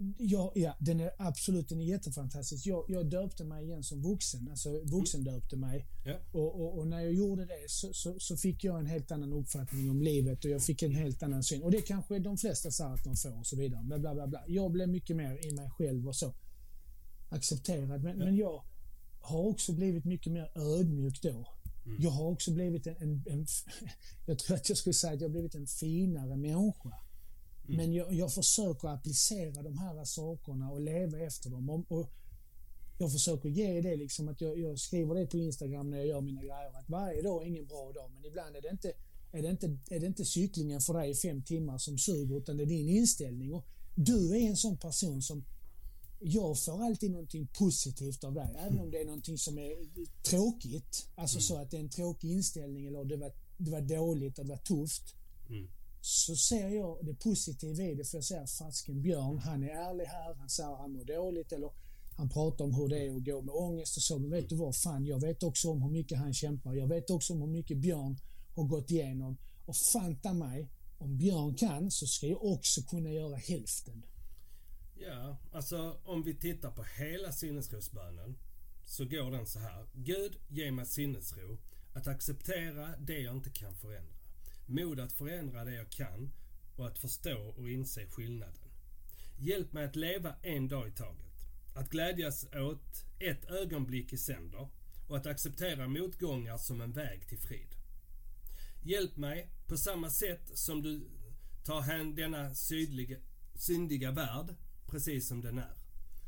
ja, ja, den är absolut den är jättefantastisk. Jag, jag döpte mig igen som vuxen. Alltså vuxen döpte mig. Ja. Och, och, och när jag gjorde det så, så, så fick jag en helt annan uppfattning om livet och jag fick en helt annan syn. Och det kanske de flesta sa att de får och så vidare. Bla, bla, bla, bla. Jag blev mycket mer i mig själv och så accepterad. Men, ja. men jag har också blivit mycket mer ödmjuk då. Mm. Jag har också blivit en, en, en... Jag tror att jag skulle säga att jag har blivit en finare människa. Mm. Men jag, jag försöker applicera de här sakerna och leva efter dem. Och, och jag försöker ge det liksom att jag, jag skriver det på Instagram när jag gör mina grejer. Att varje dag är ingen bra dag. Men ibland är det inte, är det inte, är det inte cyklingen för dig i fem timmar som suger utan det är din inställning. Och du är en sån person som jag får alltid någonting positivt av dig. Även om det är någonting som är tråkigt. Alltså mm. så att det är en tråkig inställning eller det var, det var dåligt och det var tufft. Mm. Så ser jag det positiva i det. För jag säger fasken Björn, han är ärlig här. Han säger han mår dåligt eller han pratar om hur det är att gå med ångest och så. Men vet du vad, fan, jag vet också om hur mycket han kämpar. Jag vet också om hur mycket Björn har gått igenom. Och fanta mig, om Björn kan så ska jag också kunna göra hälften. Ja, alltså om vi tittar på hela sinnesrosbönen så går den så här. Gud, ge mig sinnesro att acceptera det jag inte kan förändra. Mod att förändra det jag kan och att förstå och inse skillnaden. Hjälp mig att leva en dag i taget. Att glädjas åt ett ögonblick i sänder och att acceptera motgångar som en väg till frid. Hjälp mig på samma sätt som du tar hän denna sydliga, syndiga värld precis som den är.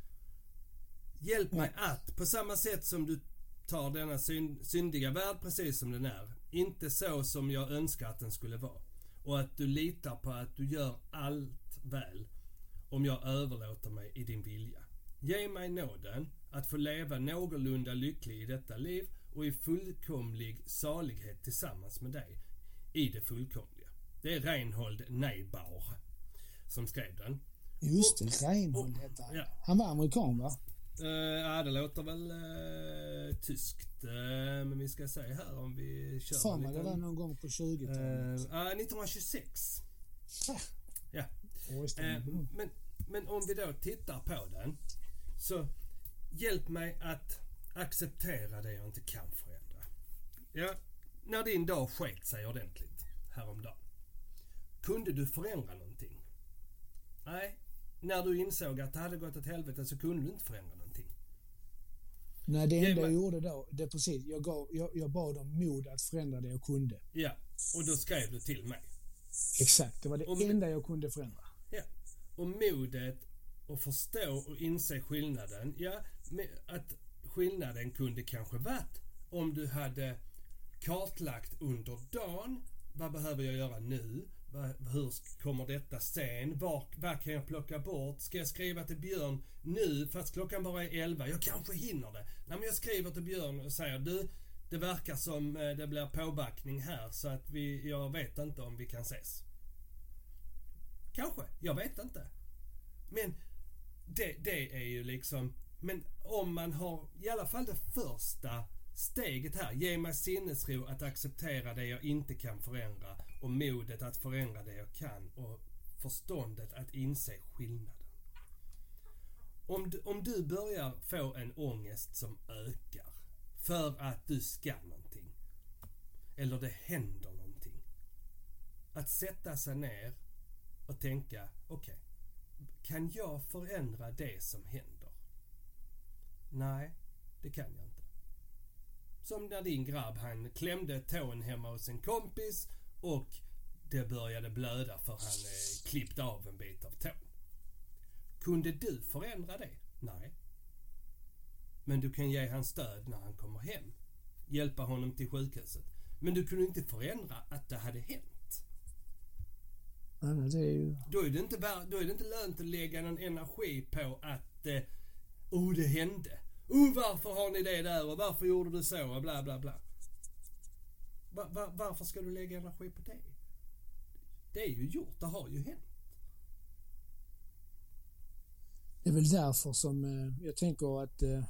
Hjälp mig att på samma sätt som du tar denna syndiga värld precis som den är, inte så som jag önskar att den skulle vara, och att du litar på att du gör allt väl om jag överlåter mig i din vilja. Ge mig nåden att få leva någorlunda lycklig i detta liv och i fullkomlig salighet tillsammans med dig i det fullkomliga. Det är Reinhold Niebuhr som skrev den. Just det, Reinhold heter han. Ja. Han var amerikan, va? Uh, ja, det låter väl uh, tyskt. Uh, men vi ska se här om vi kör. Fan, lite. Det var någon gång på tjugotalet. Uh, uh, nittonhundratjugosex. Ah. Ja. Uh, men, men om vi då tittar på den så hjälp mig att acceptera det jag inte kan förändra. Ja, när din dag skett sig ordentligt häromdagen. Kunde du förändra någonting? Nej. När du insåg att det hade gått åt helvete så kunde du inte förändra någonting. Nej, det enda jag gjorde då, det är precis, jag, gav, jag, jag bad om mod att förändra det jag kunde. Ja, och då skrev du till mig. Exakt, det var det och enda jag kunde förändra. Ja, och modet att förstå och inse skillnaden. Ja, att skillnaden kunde kanske varit om du hade kartlagt under dagen. Vad behöver jag göra nu? Hur kommer detta sen? Var, var kan jag plocka bort? Ska jag skriva till Björn nu fast klockan bara är elva? Jag kanske hinner det. Nej, men jag skriver till Björn och säger du, det verkar som det blir påbackning här så att vi, jag vet inte om vi kan ses. Kanske, jag vet inte. Men det, det är ju liksom, men om man har i alla fall det första steget här, ge mig sinnesro att acceptera det jag inte kan förändra och modet att förändra det jag kan och förståndet att inse skillnaden. Om du, om du börjar få en ångest som ökar för att du ska någonting eller det händer någonting, att sätta sig ner och tänka, okej, okay, kan jag förändra det som händer? Nej, det kan jag inte. Som när din grabb, han klämde tån hemma hos en kompis och det började blöda för han eh, klippte av en bit av tån. Kunde du förändra det? Nej. Men du kan ge han stöd när han kommer hem. Hjälpa honom till sjukhuset. Men du kunde inte förändra att det hade hänt. Ja, det är ju... Då är det inte, då är det inte lönt att lägga någon energi på att eh, oh, det hände. Oh, varför har ni det där och varför gjorde du så och bla bla bla. Va, va, varför ska du lägga energi på det? Det är ju gjort, det har ju hänt. Det är väl därför som eh, jag tänker att eh,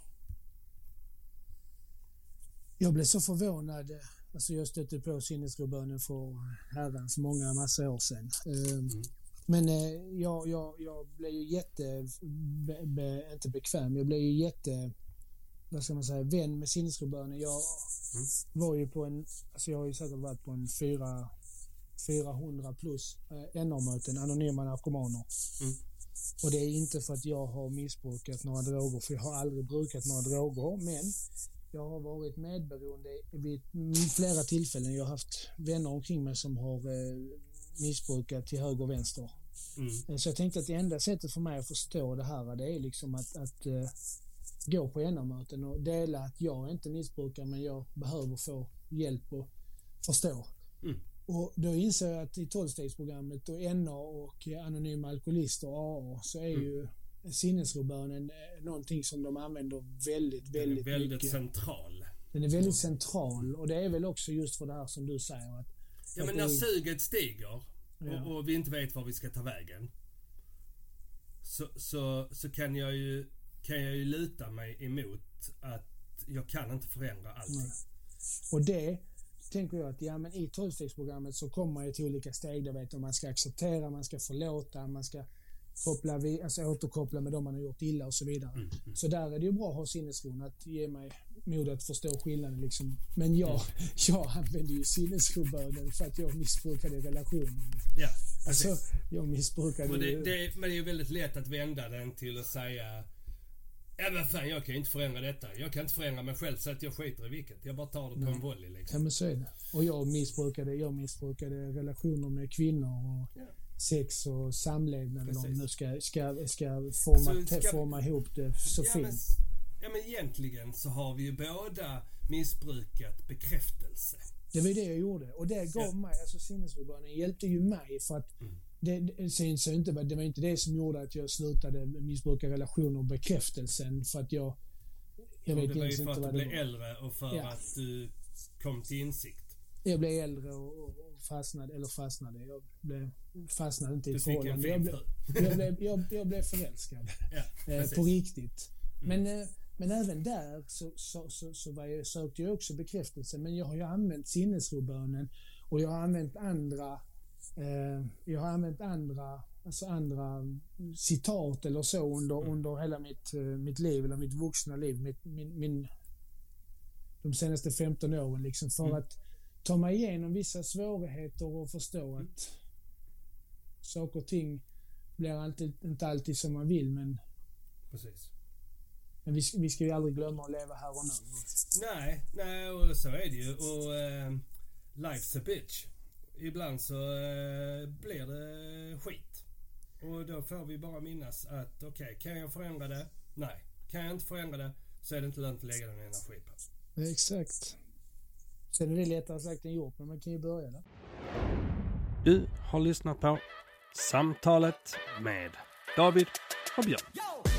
jag blev så förvånad. Alltså jag stötte på sinnesrobönen för herrans många massa år sedan. Eh, mm. Men eh, jag, jag, jag blev ju jätte, be, be, inte bekväm, jag blev ju jätte, vad ska man säga, vän med sinnesrobönen. Jag mm. var ju på en, alltså jag har ju säkert varit på en fyra, fyrahundra plus eh, N A-möten, anonyma narkomaner. Mm. Och det är inte för att jag har missbrukat några droger, för jag har aldrig brukat några droger, men jag har varit medberoende vid flera tillfällen. Jag har haft vänner omkring mig som har eh, missbrukat till höger och vänster. Mm. Så jag tänkte att det enda sättet för mig att förstå det här, det är liksom att, att uh, gå på N A-möten och dela att jag inte missbrukar, men jag behöver få hjälp och förstå. Mm. Och då inser jag att i tolvstegsprogrammet och N A och anonyma alkoholister och A A så är mm. ju sinnesrobönen någonting som de använder väldigt, väldigt, Den är väldigt mycket. central. Den är väldigt central, och det är väl också just för det här som du säger att... Ja, men när det... suget stiger ja. och, och vi inte vet var vi ska ta vägen, så, så, så kan jag ju kan jag ju luta mig emot att jag kan inte förändra allting. Nej. Och det tänker jag att ja, men i tolvstegsprogrammet så kommer man ju till olika steg. Där vet man ska acceptera, man ska förlåta, man ska koppla vid, alltså återkoppla med dem man har gjort illa och så vidare. Mm, mm. Så där är det ju bra att ha sinnesron, att ge mig mod att förstå skillnaden liksom. Men jag, mm. jag använder ju sinnesrobönen för att jag missbrukade relationer. Ja, alltså, jag missbrukade det, ju... det, men det är ju väldigt lätt att vända den till att säga ja men fan, jag kan ju inte förändra detta. Jag kan inte förändra mig själv, så att jag skiter i vilket. Jag bara tar det på Nej. en volley liksom. Ja, men så är det. Och jag missbrukade, jag missbrukade relationer med kvinnor och ja. sex och samlevnad. Precis. Nu ska, ska, ska forma, alltså, ska forma vi... ihop det så ja, fint. Men, ja men egentligen så har vi ju båda missbrukat bekräftelse. Det var det jag gjorde. Och det gav ja. mig, alltså sinnesrobönen hjälpte ju mig för att mm. Det, det, sen så inte, det var inte det som gjorde att jag slutade missbruka relationer och bekräftelsen, för att jag jag vet det var ju för inte att vad du det blev var. äldre och för ja. att du kom till insikt. Jag blev äldre och, och fastnade, eller fastnade jag blev, fastnade inte i du förhållande jag blev, jag, blev, jag, jag blev förälskad ja, eh, på riktigt mm. men, eh, men även där så, så, så, så var jag, sökte jag också bekräftelse, men jag har ju använt sinnesrobönen och jag har använt andra Eh, jag har använt andra, alltså andra citat eller så under, mm. under hela mitt, mitt liv, eller mitt vuxna liv, mitt, min, min, de senaste femton åren liksom, för mm. att ta mig igenom vissa svårigheter och förstå mm. att saker och ting blir alltid, inte alltid som man vill, men precis. Men vi, vi ska ju aldrig glömma att leva här och nu. Nej, nej, och så är det ju. Och uh, life's a bitch. Ibland så uh, blir det skit. Och då får vi bara minnas att okej, okay, kan jag förändra det? Nej. Kan jag inte förändra det så är det inte lönt att lägga den energi på. Ja, exakt. Sen är det lättare sagt än gjort, men man kan ju börja där. Du har lyssnat på Samtalet med David och Björn.